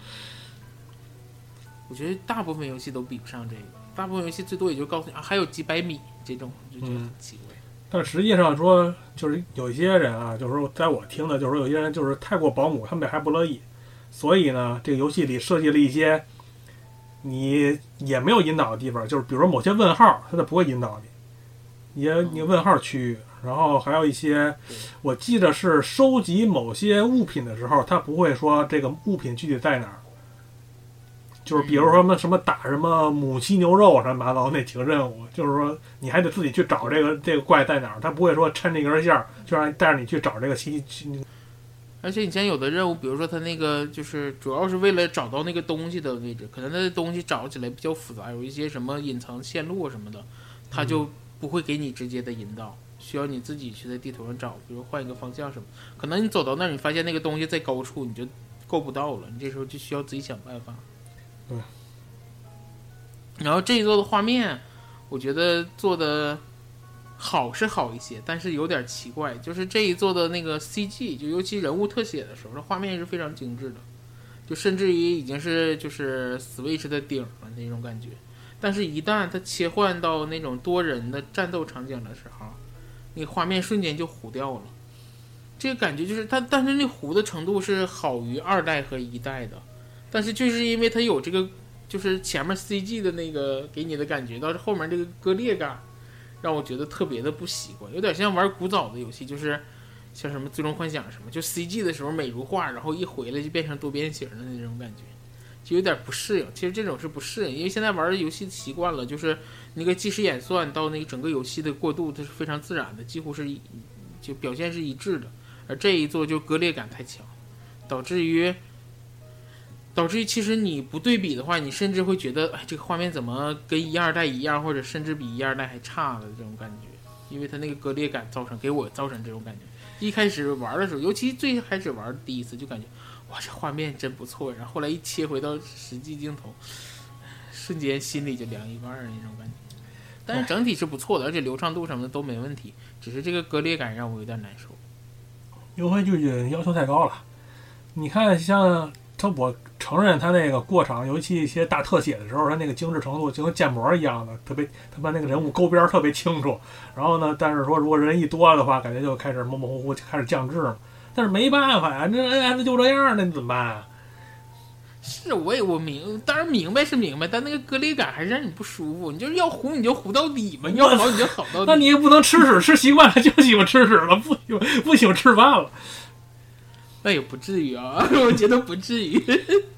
S3: 我觉得大部分游戏都比不上这个，大部分游戏最多也就告诉你还有几百米这种，就觉得很奇怪。
S2: 但实际上说，就是有一些人啊，就是说在我听的，就是说有些人就是太过保姆，他们还不乐意。所以呢，这个游戏里设计了一些你也没有引导的地方，就是比如说某些问号，它就不会引导你问号区域，然后还有一些，我记得是收集某些物品的时候，它不会说这个物品具体在哪儿，就是比如说什么打什么母鸡牛肉什么八糟那几个任务，就是说你还得自己去找这个怪在哪儿，它不会说抻这根线就让带着你去找这个
S3: 而且以前有的任务，比如说它那个就是主要是为了找到那个东西的位置，可能它的东西找起来比较复杂，有一些什么隐藏线路什么的，它就不会给你直接的引导，需要你自己去在地图上找，比如换一个方向什么。可能你走到那儿，你发现那个东西在高处，你就够不到了，你这时候就需要自己想办法。
S2: 对。
S3: 然后这一座的画面，我觉得做的好是好一些，但是有点奇怪，就是这一座的那个 CG， 就尤其人物特写的时候，画面是非常精致的，就甚至于已经是就是 Switch 的顶了那种感觉。但是，一旦它切换到那种多人的战斗场景的时候，那个画面瞬间就糊掉了。这个感觉就是它，但是那糊的程度是好于2代和1代的，但是就是因为它有这个，就是前面 CG 的那个给你的感觉，到后面这个割裂感。让我觉得特别的不习惯，有点像玩古早的游戏，就是像什么最终幻想什么，就 CG 的时候美如画，然后一回来就变成多边形的那种感觉，就有点不适应。其实这种是不适应，因为现在玩游戏习惯了，就是那个即时演算到那个整个游戏的过渡，它是非常自然的，几乎是就表现是一致的。而这一座就割裂感太强，导致于其实你不对比的话，你甚至会觉得，哎，这个画面怎么跟1、2代一样，或者甚至比1、2代还差的这种感觉，因为它那个割裂感给我造成这种感觉。一开始玩的时候，尤其最开始玩第一次就感觉，哇，这画面真不错。然后后来一切回到实际镜头，瞬间心里就凉一半那种感觉。但是整体是不错的，而且流畅度什么的都没问题，只是这个割裂感让我有点难受。
S2: 优惠剧要求太高了，你看像我承认他那个过场，尤其一些大特写的时候，他那个精致程度就跟建模一样的，他把那个人物勾边特别清楚。然后呢，但是说如果人一多了的话，感觉就开始模模糊糊，开始降智了。但是没办法呀，这 NS 就这样，那你怎么办啊？
S3: 是，当然明白是明白，但那个割裂感还是让你不舒服。你就是要糊你就糊到底嘛，要好你就好到底。
S2: 那你也不能吃屎，吃习惯了就喜欢吃屎了，不喜欢吃饭了。
S3: 那也不至于啊，我觉得不至于。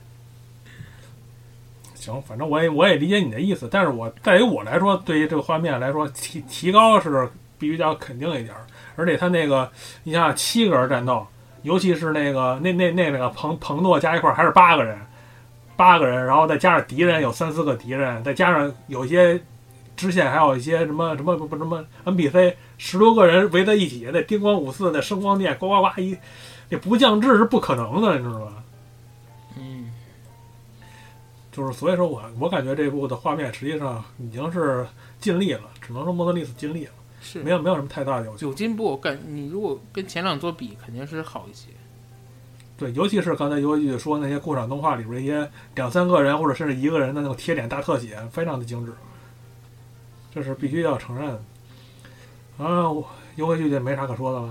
S2: 行，反正我也理解你的意思，但是在于我来说，对于这个画面来说，提高是比较肯定一点。而且他那个，你想想7个人战斗，尤其是那个彭诺加一块还是8个人，然后再加上敌人有3、4个敌人，再加上有一些支线，还有一些什么 NPC， 10多个人围在一起，那叮咣五四，那声光电呱呱呱一。这不降智是不可能的，你知道吧？就是所以说我感觉这部的画面实际上已经是尽力了，只能说莫德利斯尽力了，
S3: 是
S2: 没有什么太大的
S3: 有进步。你如果跟前2座比，肯定是好一些。
S2: 对，尤其是刚才尤其说那些过场动画里边一些2、3个人或者甚至1个人的那种贴脸大特写，非常的精致，这是必须要承认的。啊，优惠剧就没啥可说的了。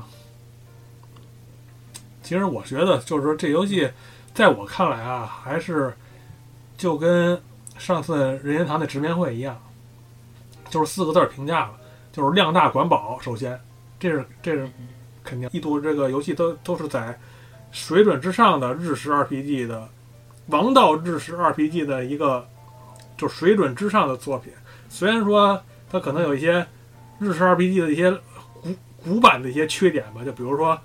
S2: 其实我觉得，就是说这游戏，在我看来啊，还是就跟上次任天堂的直面会一样，就是4个字评价了，就是量大管饱。首先，这是肯定，一度这个游戏都是在水准之上的日式 RPG 的王道日式 RPG 的一个就水准之上的作品。虽然说它可能有一些日式 RPG 的一些古板的一些缺点吧，就比如说。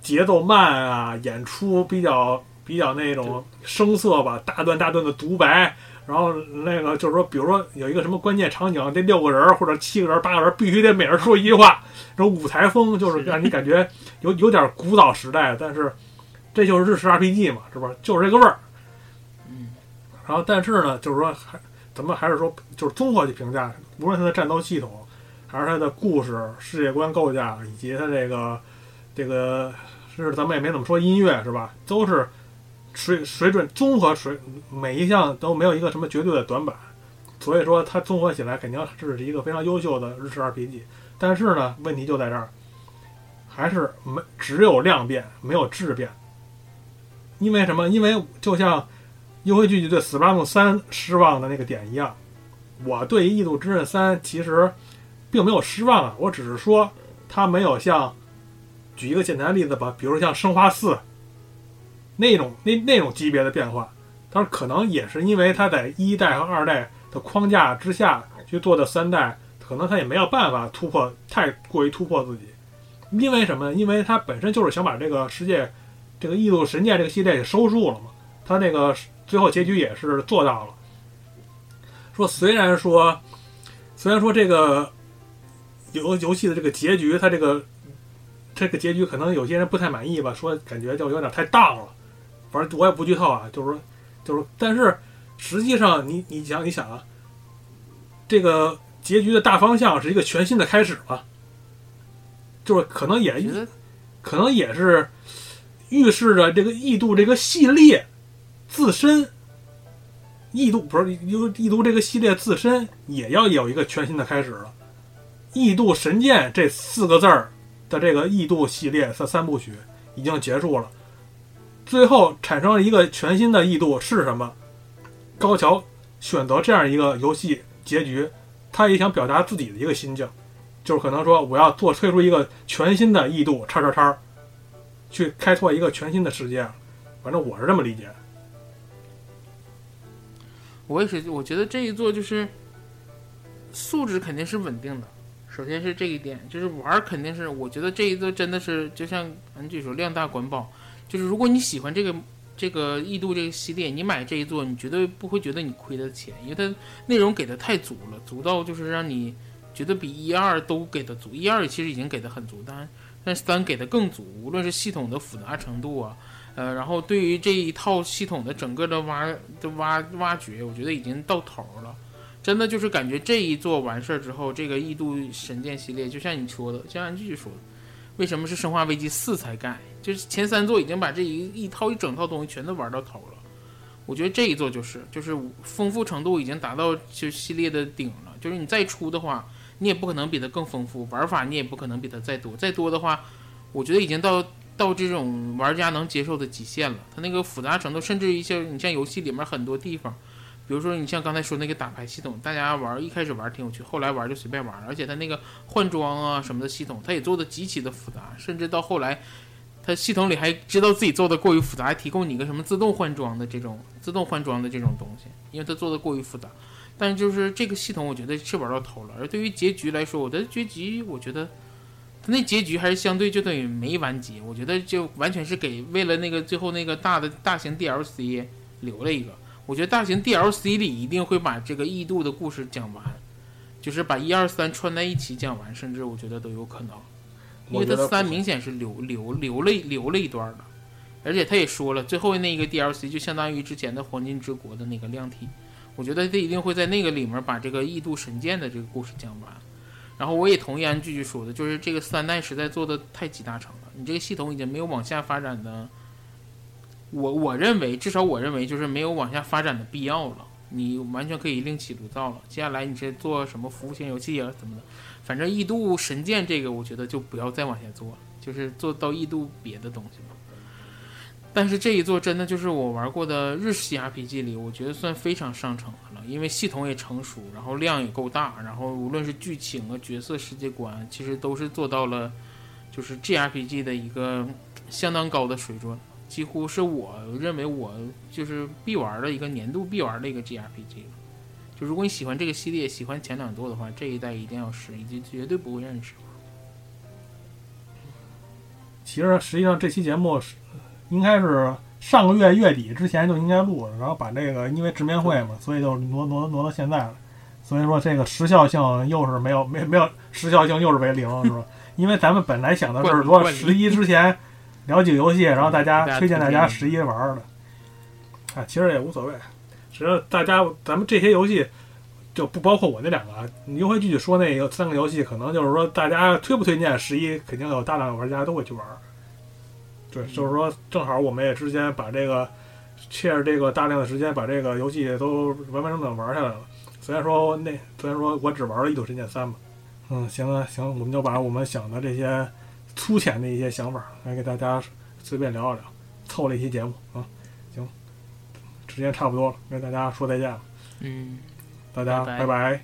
S2: 节奏慢啊，演出比较那种生涩吧，大段的独白。然后那个就是说，比如说有一个什么关键场景，这6个人或者7个人、8个人必须得每人说一句话，这种舞台风就是让你感觉有点古早时代，但是这就是日式 RPG 嘛，是吧？就是这个味儿。然后但是呢，就是说咱们还是说就是综合去评价，无论它的战斗系统，还是它的故事、世界观构架，以及它这个是咱们也没怎么说音乐是吧？都是水准综合每一项都没有一个什么绝对的短板，所以说它综合起来肯定是一个非常优秀的日式 RPG。但是呢，问题就在这儿，还是只有量变没有质变。因为什么？因为就像幽黑剧对《Splatoon 3》失望的那个点一样，我对《异度之刃3》其实并没有失望啊，我只是说它没有像，举一个简单的例子吧，比如像《生化4》那种级别的变化，当然可能也是因为它在1代和2代的框架之下去做的3代，可能它也没有办法太过于突破自己。因为什么？因为它本身就是想把这个世界，这个《异度神剑》这个系列给收束了嘛。它那个最后结局也是做到了。说虽然说这个游戏的这个结局，它这个结局可能有些人不太满意吧，说感觉就有点太荡了。反正我也不剧透啊，就是，但是实际上你想啊，这个结局的大方向是一个全新的开始嘛，就是可能也是预示着这个异度这个系列自身，异度这个系列自身也要有一个全新的开始了。异度神剑这4个字儿的这个异度系列的3部曲已经结束了，最后产生了一个全新的异度是什么？高桥选择这样一个游戏结局，他也想表达自己的一个心境，就是可能说我要推出一个全新的异度叉叉叉，去开拓一个全新的世界。反正我是这么理解。
S3: 我也是，我觉得这一座就是素质肯定是稳定的。首先是这一点，就是玩肯定是，我觉得这一座真的是就像安剧说量大管饱，就是如果你喜欢这个异度这个系列，你买这一座，你绝对不会觉得你亏的钱，因为它内容给的太足了，足到就是让你觉得比1、2都给的足。1、2其实已经给的很足，但3给的更足，无论是系统的复杂程度啊，然后对于这一套系统的整个的挖掘，我觉得已经到头了。真的就是感觉这一座完事儿之后，这个异度神剑系列，就像你说的，就像安继续说的，为什么是生化危机4才改？就是前3座已经把这一整套东西全都玩到头了。我觉得这一座就是丰富程度已经达到就系列的顶了。就是你再出的话，你也不可能比它更丰富，玩法你也不可能比它再多的话，我觉得已经到这种玩家能接受的极限了。它那个复杂程度，甚至一些你像游戏里面很多地方。比如说你像刚才说那个打牌系统，大家一开始玩挺有趣，后来玩就随便玩了。而且它那个换装啊什么的系统，它也做的极其的复杂，甚至到后来它系统里还知道自己做的过于复杂，还提供你一个什么自动换装的这种东西，因为它做的过于复杂。但是就是这个系统我觉得是玩到头了。而对于结局来说，我的结局我觉得它那结局还是相对就等于没完结，我觉得就完全是为了那个最后那个大型 DLC 留了一个。我觉得大型 DLC 里一定会把这个异度的故事讲完，就是把1、2、3串在一起讲完，甚至我觉得都有可能，因为它3明显是留了一段的，而且他也说了，最后那个 DLC 就相当于之前的黄金之国的那个量体，我觉得他一定会在那个里面把这个异度神剑的这个故事讲完。然后我也同意安继续说的，就是这个3代实在做的太集大成了，你这个系统已经没有往下发展的。我认为，至少我认为就是没有往下发展的必要了，你完全可以另起炉灶了。接下来你是做什么服务型游戏啊什么的，反正异度神剑这个我觉得就不要再往下做了，就是做到异度别的东西吧。但是这一座真的就是我玩过的日系 RPG 里，我觉得算非常上乘的了，因为系统也成熟，然后量也够大，然后无论是剧情啊、角色、世界观，其实都是做到了就是 GRPG 的一个相当高的水准。几乎是我认为我就是必玩的一个年度必玩的一个 GRPG 就如果你喜欢这个系列，喜欢前2座的话，这一代一定要试，以及绝对不会让你失望。
S2: 其实实际上这期节目应该是上个月月底之前就应该录了，然后把这个因为直面会嘛，所以就挪到现在了。所以说这个时效性又是没有时效性又是为零，是吧？因为咱们本来想的是说11之前聊几个游戏，然后大家推荐大家11玩的。啊，其实也无所谓，只要咱们这些游戏就不包括我那两个啊。你又会具体说那个3个游戏，可能就是说大家推不推荐11，肯定有大量的玩家都会去玩。对，就是说正好我们也之前把这个切着这个大量的时间把这个游戏都完整的玩下来了。虽然说我只玩了《异度神剑3》吧。行，我们就把我们想的这些粗浅的一些想法来给大家随便聊一聊，凑了一期节目啊。行，时间差不多了，跟大家说再见了。大家拜拜。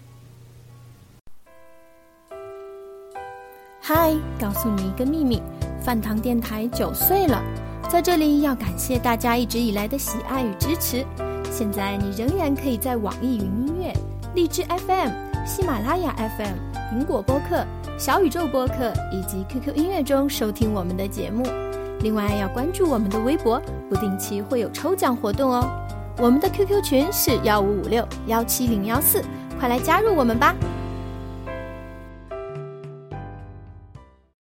S1: 嗨，告诉你一个秘密，饭堂电台9岁了，在这里要感谢大家一直以来的喜爱与支持。现在你仍然可以在网易云音乐、荔枝 FM、喜马拉雅 FM、苹果播客、小宇宙播客以及 QQ 音乐中收听我们的节目。另外要关注我们的微博，不定期会有抽奖活动哦。我们的 QQ 群是1556-17014，快来加入我们吧。